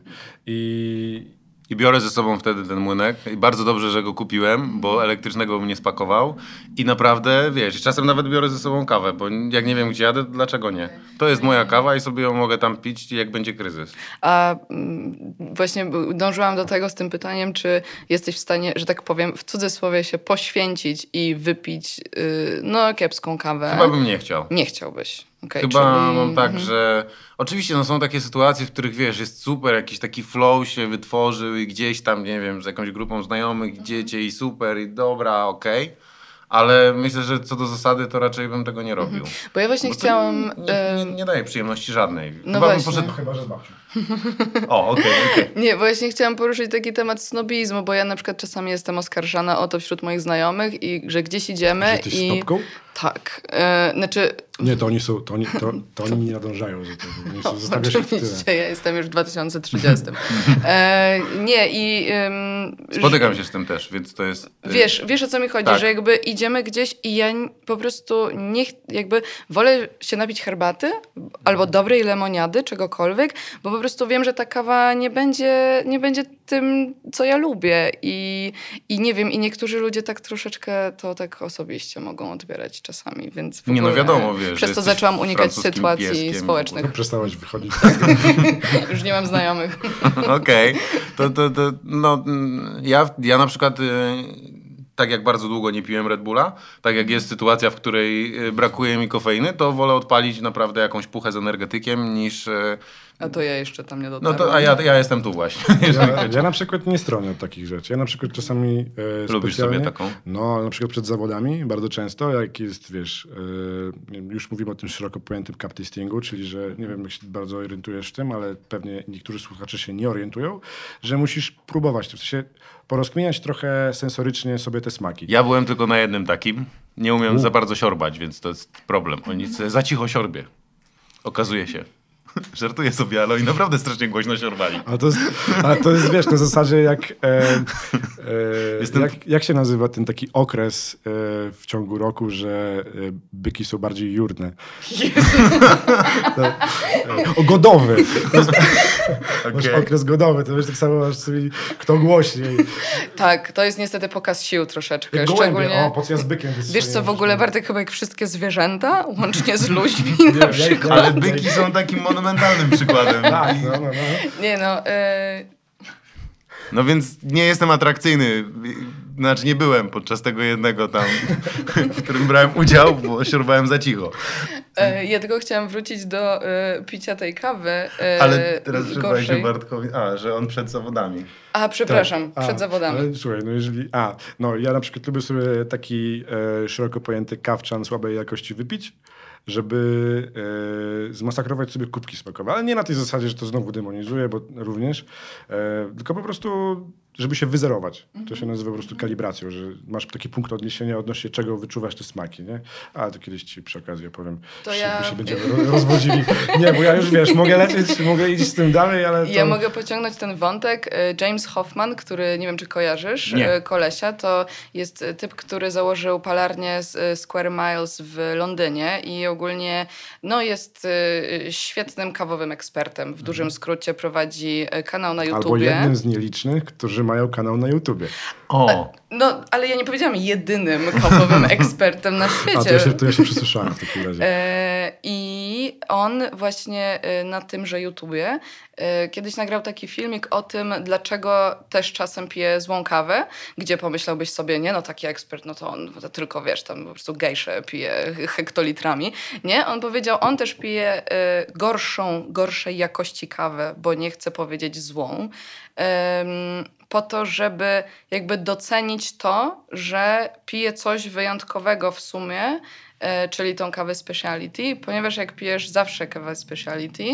I biorę ze sobą wtedy ten młynek i bardzo dobrze, że go kupiłem, bo elektrycznego bym nie spakował i naprawdę, wiesz, czasem nawet biorę ze sobą kawę, bo jak nie wiem, gdzie jadę, to dlaczego nie? To jest moja kawa i sobie ją mogę tam pić, jak będzie kryzys. A właśnie dążyłam do tego z tym pytaniem, czy jesteś w stanie, że tak powiem, w cudzysłowie się poświęcić i wypić kiepską kawę? Chyba bym nie chciał. Nie chciałbyś. Okay, Chyba mam tak, że oczywiście są takie sytuacje, w których wiesz, jest super, jakiś taki flow się wytworzył i gdzieś tam, nie wiem, z jakąś grupą znajomych idziecie i super i dobra, okej. Ale myślę, że co do zasady, to raczej bym tego nie robił. Bo ja właśnie chciałam... Nie daje przyjemności żadnej. No chyba bym poszedł... Chyba, że z babcią. okej. Nie, właśnie chciałam poruszyć taki temat snobizmu, bo ja na przykład czasami jestem oskarżana o to wśród moich znajomych i że gdzieś idziemy jesteś snobką? Tak. Znaczy... Nie, to oni nie nadążają za tego. Oczywiście, ja jestem już w 2030. Nie i... Spotykam się z tym też, więc to jest... Wiesz o co mi chodzi, że jakby idziemy gdzieś i ja po prostu wolę się napić herbaty albo dobrej lemoniady, czegokolwiek, bo po prostu wiem, że ta kawa nie będzie tym, co ja lubię i nie wiem, i niektórzy ludzie tak troszeczkę to tak osobiście mogą odbierać czasami, więc w ogóle, no wiadomo, wiesz, przez to zaczęłam unikać sytuacji społecznych. Przestałaś wychodzić. Już nie mam znajomych. Okej. Ja na przykład tak jak bardzo długo nie piłem Red Bulla, tak jak jest sytuacja, w której brakuje mi kofeiny, to wolę odpalić naprawdę jakąś puchę z energetykiem A to ja jeszcze tam nie No dotarłam. to, a ja jestem tu właśnie. Ja na przykład nie stronię od takich rzeczy. Ja na przykład czasami Lubisz specjalnie, sobie taką? No, na przykład przed zawodami bardzo często, jak jest, wiesz, już mówimy o tym szeroko pojętym cup tastingu, czyli że, nie wiem, jak się bardzo orientujesz w tym, ale pewnie niektórzy słuchacze się nie orientują, że musisz próbować, w sensie porozkminiać trochę sensorycznie sobie te smaki. Ja byłem tylko na jednym takim. Nie umiem za bardzo siorbać, więc to jest problem. Oni za cicho siorbie. Okazuje się. Żartuję sobie, ale oni naprawdę strasznie głośno siorbali. Ale to jest, wiesz, na zasadzie jak się nazywa ten taki okres w ciągu roku, że byki są bardziej jurne? Godowy. To jest okres godowy, to wiesz, tak samo masz sobie, kto głośniej. Tak, to jest niestety pokaz sił troszeczkę. Jak Szczególnie... pocja z bykiem. Wiesz co, w ogóle Bartek, chyba jak wszystkie zwierzęta, łącznie z ludźmi na przykład. Ale byki są takim monumentalnym przykładem. Tak, no. Nie no, No więc nie jestem atrakcyjny. Znaczy nie byłem podczas tego jednego tam, w którym brałem udział, bo siorbałem za cicho. ja tylko chciałam wrócić do picia tej kawy Ale teraz przypomnę się gorszej. Bartkowi, że on przed zawodami. A, przepraszam, przed zawodami. Ale słuchaj, no jeżeli... ja na przykład lubię sobie taki szeroko pojęty kawczan słabej jakości wypić, żeby zmasakrować sobie kubki smakowe. Ale nie na tej zasadzie, że to znowu demonizuje, bo również. Tylko po prostu, żeby się wyzerować. To się nazywa po prostu kalibracją, że masz taki punkt odniesienia odnośnie czego wyczuwasz te smaki, nie? Ale to kiedyś ci przy okazji opowiem, To się będziemy rozwodzili. Nie, bo ja już, wiesz, mogę iść z tym dalej, ale to... Ja mogę pociągnąć ten wątek. James Hoffman, który, nie wiem czy kojarzysz, Nie. kolesia, to jest typ, który założył palarnię Square Miles w Londynie i ogólnie jest świetnym kawowym ekspertem. W dużym skrócie prowadzi kanał na YouTubie. Albo jednym z nielicznych, którzy mają kanał na YouTubie. O! No, ale ja nie powiedziałam jedynym kawowym ekspertem na świecie. To ja się przesłyszałem w takim razie. I on właśnie na tymże YouTubie kiedyś nagrał taki filmik o tym, dlaczego też czasem pije złą kawę, gdzie pomyślałbyś sobie, nie, no taki ekspert, no to on to tylko, wiesz, tam po prostu gejsze pije hektolitrami. Nie, on powiedział, on też pije gorszej jakości kawę, bo nie chce powiedzieć złą, po to, żeby jakby docenić to, że pije coś wyjątkowego w sumie, czyli tą kawę speciality, ponieważ jak pijesz zawsze kawę speciality,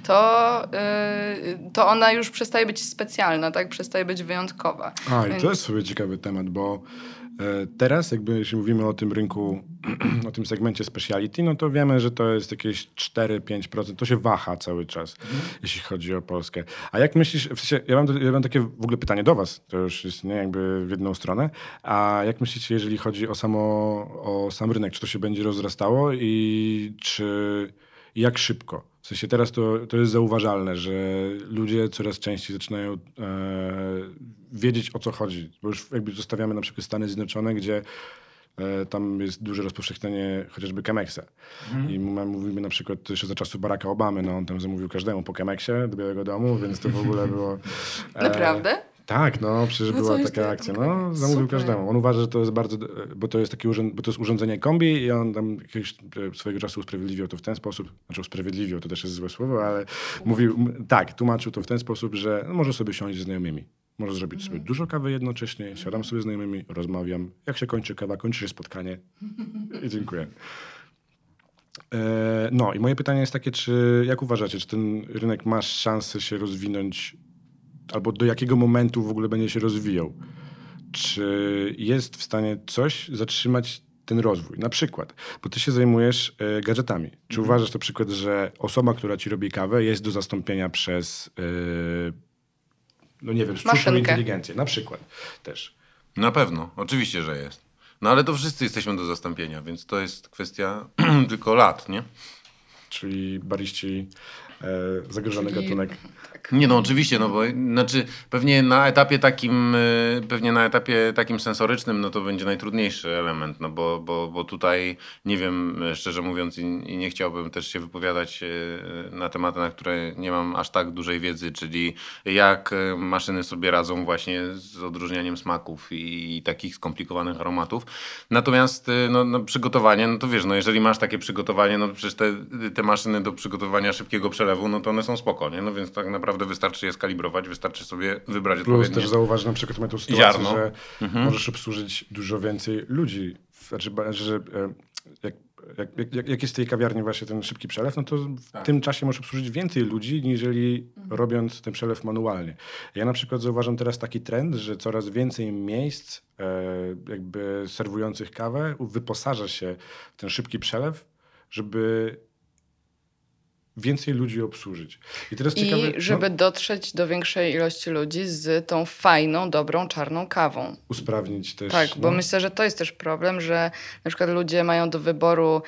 to ona już przestaje być specjalna, tak? Przestaje być wyjątkowa. I to jest sobie ciekawy temat, bo teraz jakby jeśli mówimy o tym rynku, o tym segmencie speciality, no to wiemy, że to jest jakieś 4-5%, to się waha cały czas, jeśli chodzi o Polskę. A jak myślisz, w sensie, ja mam takie w ogóle pytanie do was, to już jest nie jakby w jedną stronę, a jak myślicie, jeżeli chodzi o sam rynek, czy to się będzie rozrastało i jak szybko? W sensie teraz to jest zauważalne, że ludzie coraz częściej zaczynają wiedzieć, o co chodzi. Bo już jakby zostawiamy na przykład Stany Zjednoczone, gdzie tam jest duże rozpowszechnienie chociażby Chemexa. I mówimy na przykład jeszcze za czasów Baracka Obamy, no on tam zamówił każdemu po Chemexie do Białego Domu, więc to w ogóle było... Naprawdę? Tak, no przecież była taka akcja. No, zamówił Super. każdemu. On uważa, że to jest bardzo, bo to jest bo to jest urządzenie kombi i on tam jakiegoś swojego czasu usprawiedliwiał to w ten sposób, znaczy usprawiedliwiał, to też jest złe słowo, ale tłumaczył to w ten sposób, że może sobie siąść ze znajomymi. Może zrobić sobie dużo kawy jednocześnie, siadam sobie z znajomymi, rozmawiam. Jak się kończy kawa, kończy się spotkanie i dziękuję. No i moje pytanie jest takie, jak uważacie, czy ten rynek ma szansę się rozwinąć albo do jakiego momentu w ogóle będzie się rozwijał? Czy jest w stanie coś zatrzymać ten rozwój? Na przykład, bo ty się zajmujesz gadżetami. Czy uważasz na przykład, że osoba, która ci robi kawę, jest do zastąpienia przez, no nie wiem, sztuczną Maszynkę. inteligencję? Na przykład też. Na pewno, oczywiście, że jest. No ale to wszyscy jesteśmy do zastąpienia, więc to jest kwestia tylko lat, nie? Czyli bariści, zagrożony gatunek. Nie, no oczywiście, no bo znaczy pewnie na etapie takim sensorycznym, no to będzie najtrudniejszy element, no bo tutaj nie wiem, szczerze mówiąc i nie chciałbym też się wypowiadać na tematy, na które nie mam aż tak dużej wiedzy, czyli jak maszyny sobie radzą właśnie z odróżnianiem smaków i takich skomplikowanych aromatów. Natomiast przygotowanie, no to wiesz, no jeżeli masz takie przygotowanie, no przecież te maszyny do przygotowania szybkiego przelewu przelewu, no to one są spoko, nie? No więc tak naprawdę wystarczy je skalibrować, wystarczy sobie wybrać Plus odpowiednie też zauważ na przykład tą sytuację, ziarno. że możesz obsłużyć dużo więcej ludzi. Znaczy, że jak jest w tej kawiarni właśnie ten szybki przelew, no to w tym czasie możesz obsłużyć więcej ludzi, niżeli robiąc ten przelew manualnie. Ja na przykład zauważam teraz taki trend, że coraz więcej miejsc jakby serwujących kawę wyposaża się w ten szybki przelew, żeby więcej ludzi obsłużyć. I teraz ciekawe, żeby dotrzeć do większej ilości ludzi z tą fajną, dobrą, czarną kawą. usprawnić też. Tak, bo myślę, że to jest też problem, że na przykład ludzie mają do wyboru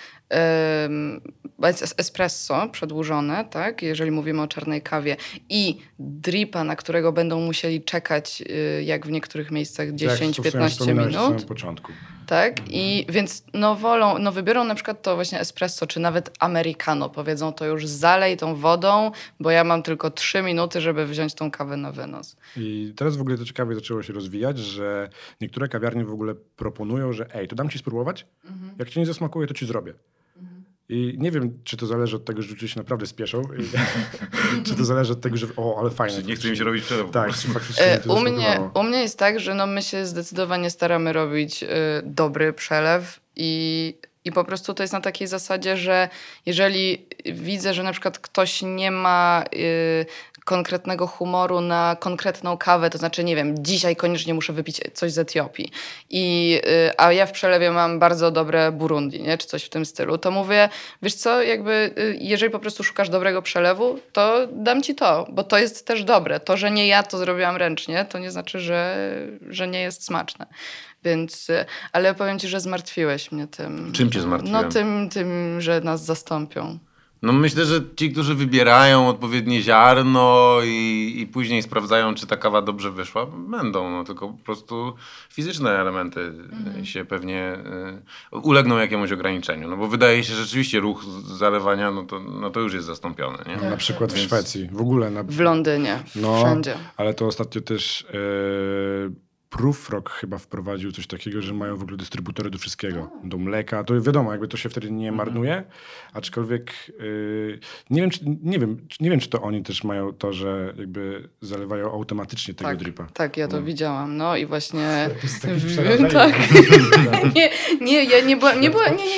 espresso przedłużone, tak, jeżeli mówimy o czarnej kawie, i dripa, na którego będą musieli czekać, jak w niektórych miejscach 10-15 minut. Na samym początku. Tak, i więc wybiorą na przykład to właśnie espresso, czy nawet americano. Powiedzą, to już zalej tą wodą, bo ja mam tylko 3 minuty, żeby wziąć tą kawę na wynos. I teraz w ogóle to ciekawie zaczęło się rozwijać, że niektóre kawiarnie w ogóle proponują, że to dam ci spróbować, jak ci nie zasmakuje, to ci zrobię. I nie wiem, czy to zależy od tego, że ludzie się naprawdę spieszą, czy to zależy od tego, że ale fajne. Nie chce mi się robić przelewu. Tak, faktycznie u mnie jest tak, że my się zdecydowanie staramy robić dobry przelew i po prostu to jest na takiej zasadzie, że jeżeli widzę, że na przykład ktoś nie ma konkretnego humoru na konkretną kawę, to znaczy, nie wiem, dzisiaj koniecznie muszę wypić coś z Etiopii, a ja w przelewie mam bardzo dobre Burundi, nie? Czy coś w tym stylu, to mówię, wiesz co, jakby jeżeli po prostu szukasz dobrego przelewu, to dam ci to, bo to jest też dobre. To, że nie ja to zrobiłam ręcznie, to nie znaczy, że nie jest smaczne. Więc, ale powiem ci, że zmartwiłeś mnie tym. Czym cię zmartwiłem? No tym, że nas zastąpią. No myślę, że ci, którzy wybierają odpowiednie ziarno i później sprawdzają, czy ta kawa dobrze wyszła, będą. No, tylko po prostu fizyczne elementy się pewnie ulegną jakiemuś ograniczeniu. No bo wydaje się, że rzeczywiście ruch zalewania, no to już jest zastąpiony. Nie? Na przykład w Szwecji, w ogóle. W Londynie, wszędzie. Ale to ostatnio też Prufrock chyba wprowadził coś takiego, że mają w ogóle dystrybutory do wszystkiego. Do mleka. To wiadomo, jakby to się wtedy nie marnuje. Aczkolwiek nie wiem, czy to oni też mają to, że jakby zalewają automatycznie tego dripa. Tak, ja to widziałam. No i właśnie... To jest taki przerażenie. Tak. Ja nie byłam... Nie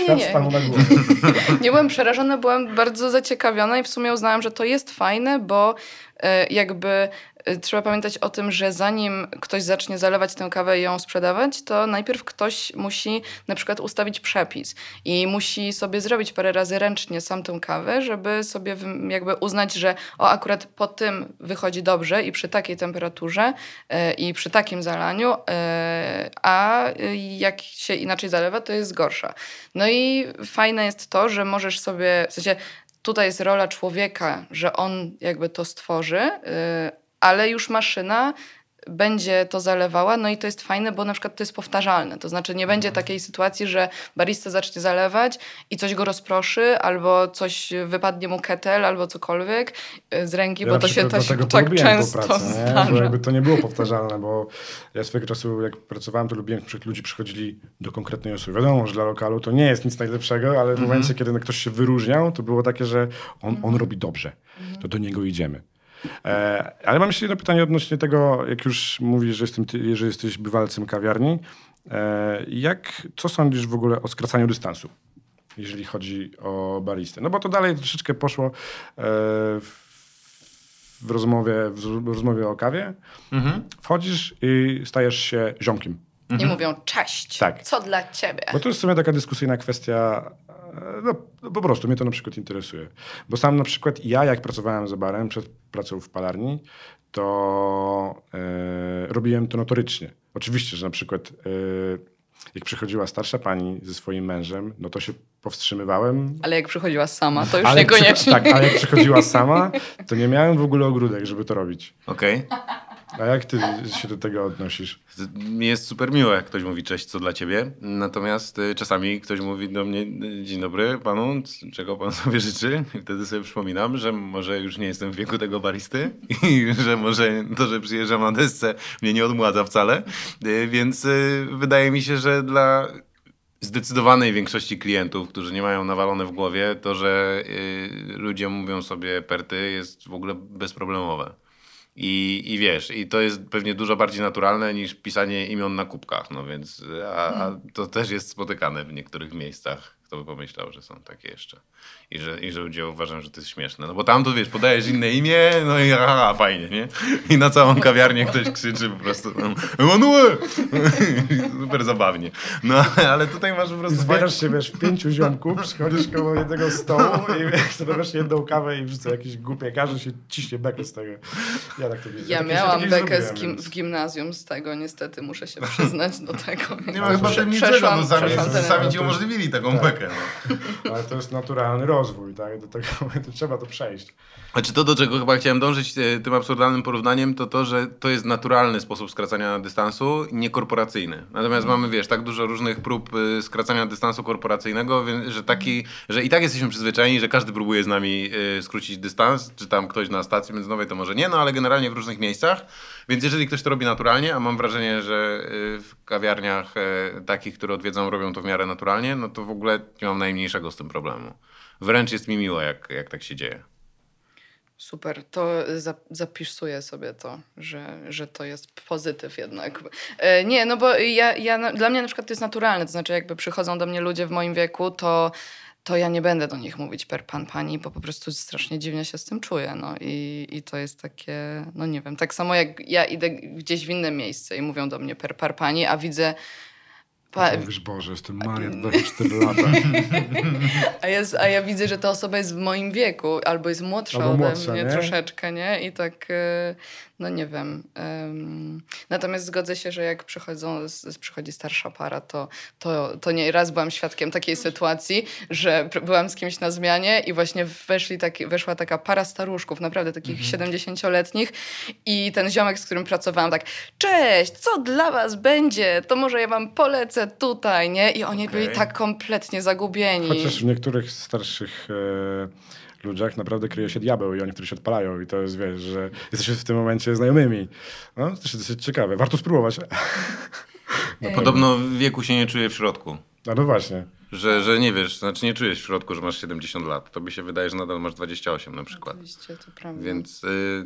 byłam przerażona, byłam bardzo zaciekawiona i w sumie uznałam, że to jest fajne, bo jakby trzeba pamiętać o tym, że zanim ktoś zacznie zalewać tę kawę i ją sprzedawać, to najpierw ktoś musi na przykład ustawić przepis i musi sobie zrobić parę razy ręcznie sam tę kawę, żeby sobie jakby uznać, że akurat po tym wychodzi dobrze i przy takiej temperaturze i przy takim zalaniu, a jak się inaczej zalewa, to jest gorsza. No i fajne jest to, że możesz sobie, w sensie tutaj jest rola człowieka, że on jakby to stworzy, ale już maszyna będzie to zalewała, no i to jest fajne, bo na przykład to jest powtarzalne. To znaczy nie będzie takiej sytuacji, że barista zacznie zalewać i coś go rozproszy, albo coś wypadnie mu ketel, albo cokolwiek z ręki, bo to się tak często zdarza. Bo jakby to nie było powtarzalne, bo ja swego czasu, jak pracowałem, to lubiłem, że ludzie przychodzili do konkretnej osoby. Wiadomo, że dla lokalu to nie jest nic najlepszego, ale w momencie, kiedy ktoś się wyróżniał, to było takie, że on robi dobrze. To do niego idziemy. Ale mam jeszcze jedno pytanie odnośnie tego, jak już mówisz, że jesteś bywalcem kawiarni. Co sądzisz w ogóle o skracaniu dystansu, jeżeli chodzi o baristę? No bo to dalej troszeczkę poszło w rozmowie o kawie. Wchodzisz i stajesz się ziomkiem. I mówią, cześć, co dla ciebie? Bo to jest w sumie taka dyskusyjna kwestia. No, po prostu mnie to na przykład interesuje. Bo sam na przykład ja, jak pracowałem za barem przed pracą w palarni, to robiłem to notorycznie. Oczywiście, że na przykład jak przychodziła starsza pani ze swoim mężem, no to się powstrzymywałem. Ale jak przychodziła sama, to już niekoniecznie. Tak, ale jak przychodziła sama, to nie miałem w ogóle ogródek, żeby to robić. Okej. A jak ty się do tego odnosisz? Mi jest super miło, jak ktoś mówi cześć, co dla ciebie. Natomiast czasami ktoś mówi do mnie, dzień dobry panu, czego pan sobie życzy? I wtedy sobie przypominam, że może już nie jestem w wieku tego baristy i że może to, że przyjeżdżam na desce, mnie nie odmładza wcale. Więc wydaje mi się, że zdecydowanej większości klientów, którzy nie mają nawalone w głowie, to, że ludzie mówią sobie per ty jest w ogóle bezproblemowe. I wiesz, i to jest pewnie dużo bardziej naturalne niż pisanie imion na kubkach, no więc a to też jest spotykane w niektórych miejscach. Kto by pomyślał, że są takie jeszcze. I że ludzie uważają, że to jest śmieszne. No bo tam to wiesz, podajesz inne imię, no i aha, fajnie, nie? I na całą kawiarnię ktoś krzyczy po prostu Emanuel! Super zabawnie. No ale tutaj masz po prostu... Zbierasz się, wiesz, 5 ziomków, przychodzisz koło jednego stołu i zamawiasz jedną kawę i wrzuca jakieś głupie każe się ciśnie bekę z tego. Ja tak to widzę. Ja miałam bekę w gimnazjum z tego, niestety muszę się przyznać do tego. Nie ma chyba tym niczego, no sami ci umożliwili taką bekę. No. Ale to jest naturalny rozwój, tak? Do tego momentu trzeba to przejść. Znaczy to, do czego chyba chciałem dążyć tym absurdalnym porównaniem, to, że to jest naturalny sposób skracania dystansu, niekorporacyjny. Natomiast mamy, wiesz, tak dużo różnych prób skracania dystansu korporacyjnego, że i tak jesteśmy przyzwyczajeni, że każdy próbuje z nami skrócić dystans, czy tam ktoś na stacji benzynowej to może nie, no ale generalnie w różnych miejscach. Więc jeżeli ktoś to robi naturalnie, a mam wrażenie, że w kawiarniach takich, które odwiedzam, robią to w miarę naturalnie, no to w ogóle nie mam najmniejszego z tym problemu. Wręcz jest mi miło, jak tak się dzieje. Super, to zapisuję sobie to, że to jest pozytyw jednak. Nie, no bo dla mnie na przykład to jest naturalne, to znaczy jakby przychodzą do mnie ludzie w moim wieku, to ja nie będę do nich mówić per pan, pani, bo po prostu strasznie dziwnie się z tym czuję. No. I to jest takie, no nie wiem, tak samo jak ja idę gdzieś w inne miejsce i mówią do mnie per pani, a widzę... Mówisz, Boże, jestem Maria, 24 lata. A ja widzę, że ta osoba jest w moim wieku, albo jest młodsza ode mnie nie? Troszeczkę, nie? I tak, no nie wiem. Natomiast zgodzę się, że jak przychodzi starsza para, to nie raz byłam świadkiem takiej sytuacji, że byłam z kimś na zmianie i właśnie weszła taka para staruszków, naprawdę takich 70-letnich i ten ziomek, z którym pracowałam, tak, cześć, co dla was będzie? To może ja wam polecę tutaj, nie? I oni byli tak kompletnie zagubieni. Chociaż w niektórych starszych ludziach naprawdę kryje się diabeł i oni, którzy się odpalają i to jest, wiesz, że jesteśmy w tym momencie znajomymi. No, to jest dosyć ciekawe. Warto spróbować. Podobno wieku się nie czuje w środku. No właśnie. Że nie wiesz, znaczy nie czujesz w środku, że masz 70 lat. To by się wydaje, że nadal masz 28 na przykład. Oczywiście, to prawda. Więc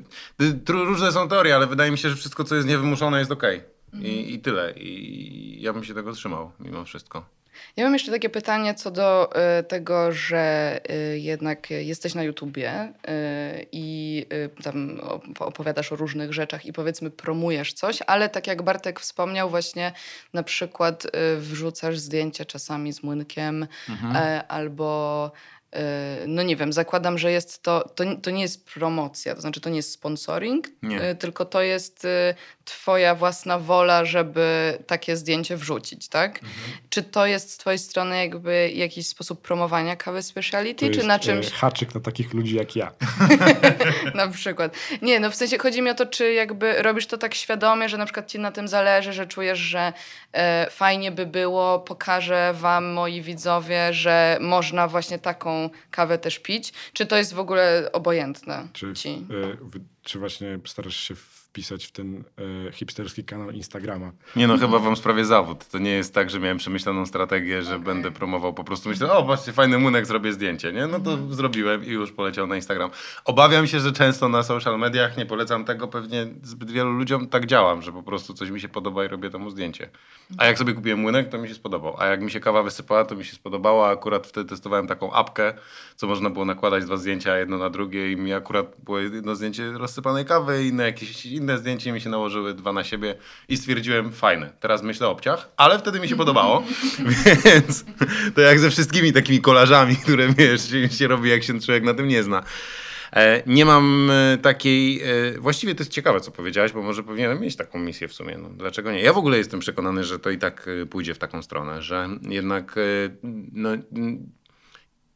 różne są teorie, ale wydaje mi się, że wszystko, co jest niewymuszone, jest okej. I tyle. I ja bym się tego trzymał mimo wszystko. Ja mam jeszcze takie pytanie co do tego, że jednak jesteś na YouTubie i tam opowiadasz o różnych rzeczach i powiedzmy promujesz coś, ale tak jak Bartek wspomniał właśnie na przykład wrzucasz zdjęcie czasami z młynkiem albo... No nie wiem, zakładam, że jest to nie jest promocja, to znaczy to nie jest sponsoring, tylko to jest twoja własna wola, żeby takie zdjęcie wrzucić, tak? Czy to jest z twojej strony jakby jakiś sposób promowania kawy speciality, to czy jest na czymś? Haczyk na takich ludzi jak ja. Na przykład. Nie, no w sensie chodzi mi o to, czy jakby robisz to tak świadomie, że na przykład ci na tym zależy, że czujesz, że fajnie by było, pokażę wam, moi widzowie, że można właśnie taką kawę też pić, czy to jest w ogóle obojętne ci? Czy właśnie starasz się wpisać w ten hipsterski kanał Instagrama? Nie no, chyba wam sprawię zawód. To nie jest tak, że miałem przemyślaną strategię, że będę promował. Po prostu myślę, o właśnie fajny młynek, zrobię zdjęcie, nie? No to zrobiłem i już poleciał na Instagram. Obawiam się, że często na social mediach, nie polecam tego, pewnie zbyt wielu ludziom tak działam, że po prostu coś mi się podoba i robię temu zdjęcie. A jak sobie kupiłem młynek, to mi się spodobał. A jak mi się kawa wysypała, to mi się spodobało. A akurat wtedy testowałem taką apkę, co można było nakładać 2 zdjęcia jedno na drugie i mi akurat było jedno zdjęcie rozsypanej kawy i jakieś inne zdjęcie mi się nałożyły 2 na siebie i stwierdziłem, fajne. Teraz myślę o obciach, ale wtedy mi się podobało. Więc to jak ze wszystkimi takimi kolażami, które wiesz, się robi, jak się człowiek na tym nie zna. Nie mam takiej... Właściwie to jest ciekawe, co powiedziałeś, bo może powinienem mieć taką misję w sumie. No, dlaczego nie? Ja w ogóle jestem przekonany, że to i tak pójdzie w taką stronę, że jednak no,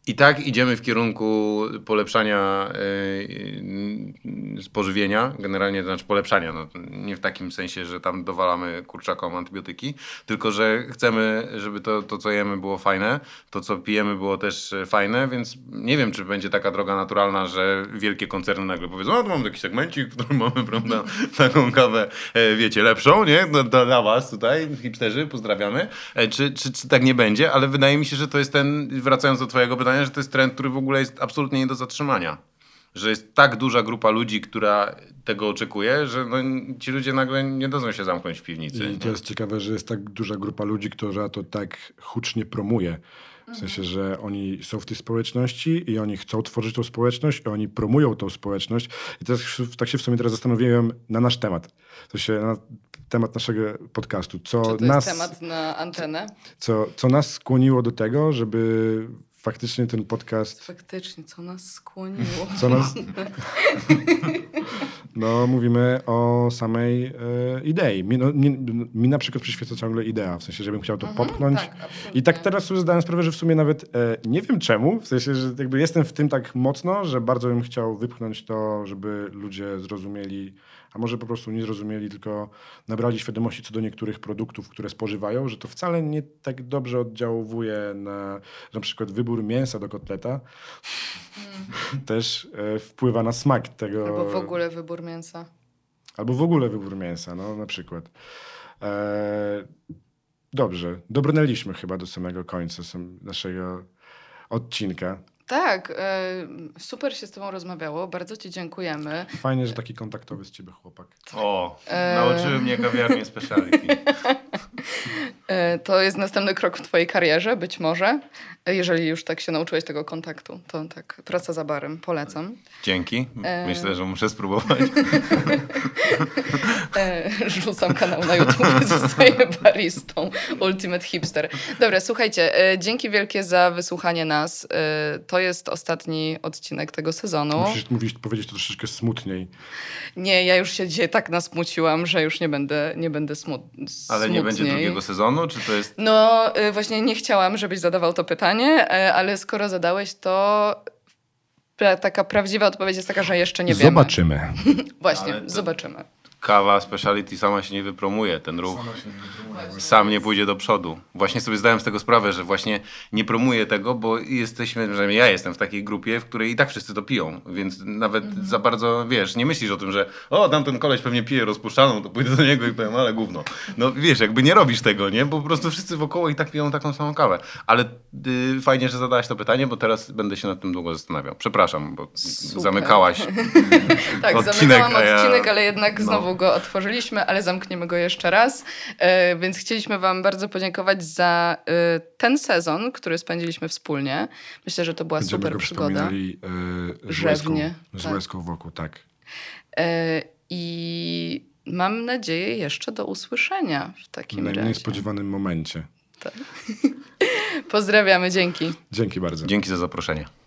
I tak idziemy w kierunku polepszania spożywienia, generalnie to znaczy polepszania, no, nie w takim sensie, że tam dowalamy kurczakom antybiotyki, tylko że chcemy, żeby to co jemy było fajne, to co pijemy było też fajne, więc nie wiem, czy będzie taka droga naturalna, że wielkie koncerny nagle powiedzą, no to mamy taki segmencik, w którym mamy, prawda, taką kawę, wiecie, lepszą, nie? Dla was tutaj, hipsterzy, pozdrawiamy. Czy tak nie będzie, ale wydaje mi się, że to jest wracając do twojego pytania, że to jest trend, który w ogóle jest absolutnie nie do zatrzymania. Że jest tak duża grupa ludzi, która tego oczekuje, że no, ci ludzie nagle nie dadzą się zamknąć w piwnicy. I to jest ciekawe, że jest tak duża grupa ludzi, która to tak hucznie promuje. W sensie, że oni są w tej społeczności i oni chcą tworzyć tą społeczność i oni promują tą społeczność. I teraz tak się w sumie teraz zastanowiłem na nasz temat. W sensie na temat naszego podcastu. Czy to jest temat na antenę? Co nas skłoniło do tego, żeby faktycznie ten podcast... Faktycznie, co nas skłoniło? No, mówimy o samej idei. Mi na przykład przyświeca ciągle idea, w sensie, żebym chciał to popchnąć. Tak, I tak teraz sobie zdałem sprawę, że w sumie nawet nie wiem czemu, w sensie, że jakby jestem w tym tak mocno, że bardzo bym chciał wypchnąć to, żeby ludzie zrozumieli, a może po prostu nie zrozumieli, tylko nabrali świadomości co do niektórych produktów, które spożywają, że to wcale nie tak dobrze oddziałuje na przykład wybór mięsa do kotleta. Też wpływa na smak tego. Albo w ogóle wybór mięsa. Albo w ogóle wybór mięsa, no na przykład. Dobrze, dobrnęliśmy chyba do samego końca naszego odcinka. Tak, super się z tobą rozmawiało, bardzo ci dziękujemy. Fajnie, że taki kontaktowy z ciebie chłopak. O, nauczyły mnie kawiarnie speciality. To jest następny krok w twojej karierze, być może. Jeżeli już tak się nauczyłeś tego kontaktu, to tak, praca za barem, polecam. Dzięki, myślę, że muszę spróbować. Rzucam kanał na YouTube, zostaję baristą, Ultimate Hipster. Dobra, słuchajcie, dzięki wielkie za wysłuchanie nas. To jest ostatni odcinek tego sezonu. Musisz powiedzieć to troszeczkę smutniej. Nie, ja już się dzisiaj tak nasmuciłam, że już nie będę smutniej. Ale nie będzie drugiego sezonu, czy to jest... No, właśnie nie chciałam, żebyś zadawał to pytanie, ale skoro zadałeś, to taka prawdziwa odpowiedź jest taka, że jeszcze nie wiemy. Zobaczymy. Właśnie, zobaczymy. Kawa speciality sama się nie wypromuje, ten ruch sam nie pójdzie do przodu. Właśnie sobie zdałem z tego sprawę, że właśnie nie promuję tego, bo że ja jestem w takiej grupie, w której i tak wszyscy to piją, więc nawet za bardzo, wiesz, nie myślisz o tym, że tamten koleś pewnie pije rozpuszczalną, to pójdę do niego i powiem, ale gówno. No wiesz, jakby nie robisz tego, nie? Bo po prostu wszyscy wokoło i tak piją taką samą kawę. Ale fajnie, że zadałaś to pytanie, bo teraz będę się nad tym długo zastanawiał. Przepraszam, bo zamykałaś tak, odcinek, zamykałam odcinek, ale jednak znowu go otworzyliśmy, ale zamkniemy go jeszcze raz. Więc chcieliśmy wam bardzo podziękować za ten sezon, który spędziliśmy wspólnie. Myślę, że to była super przygoda. Rzewnie. Z łezką wokół, tak. I mam nadzieję jeszcze do usłyszenia w takim razie. W najmniej spodziewanym momencie. Tak. Pozdrawiamy, dzięki. Dzięki bardzo. Dzięki za zaproszenie.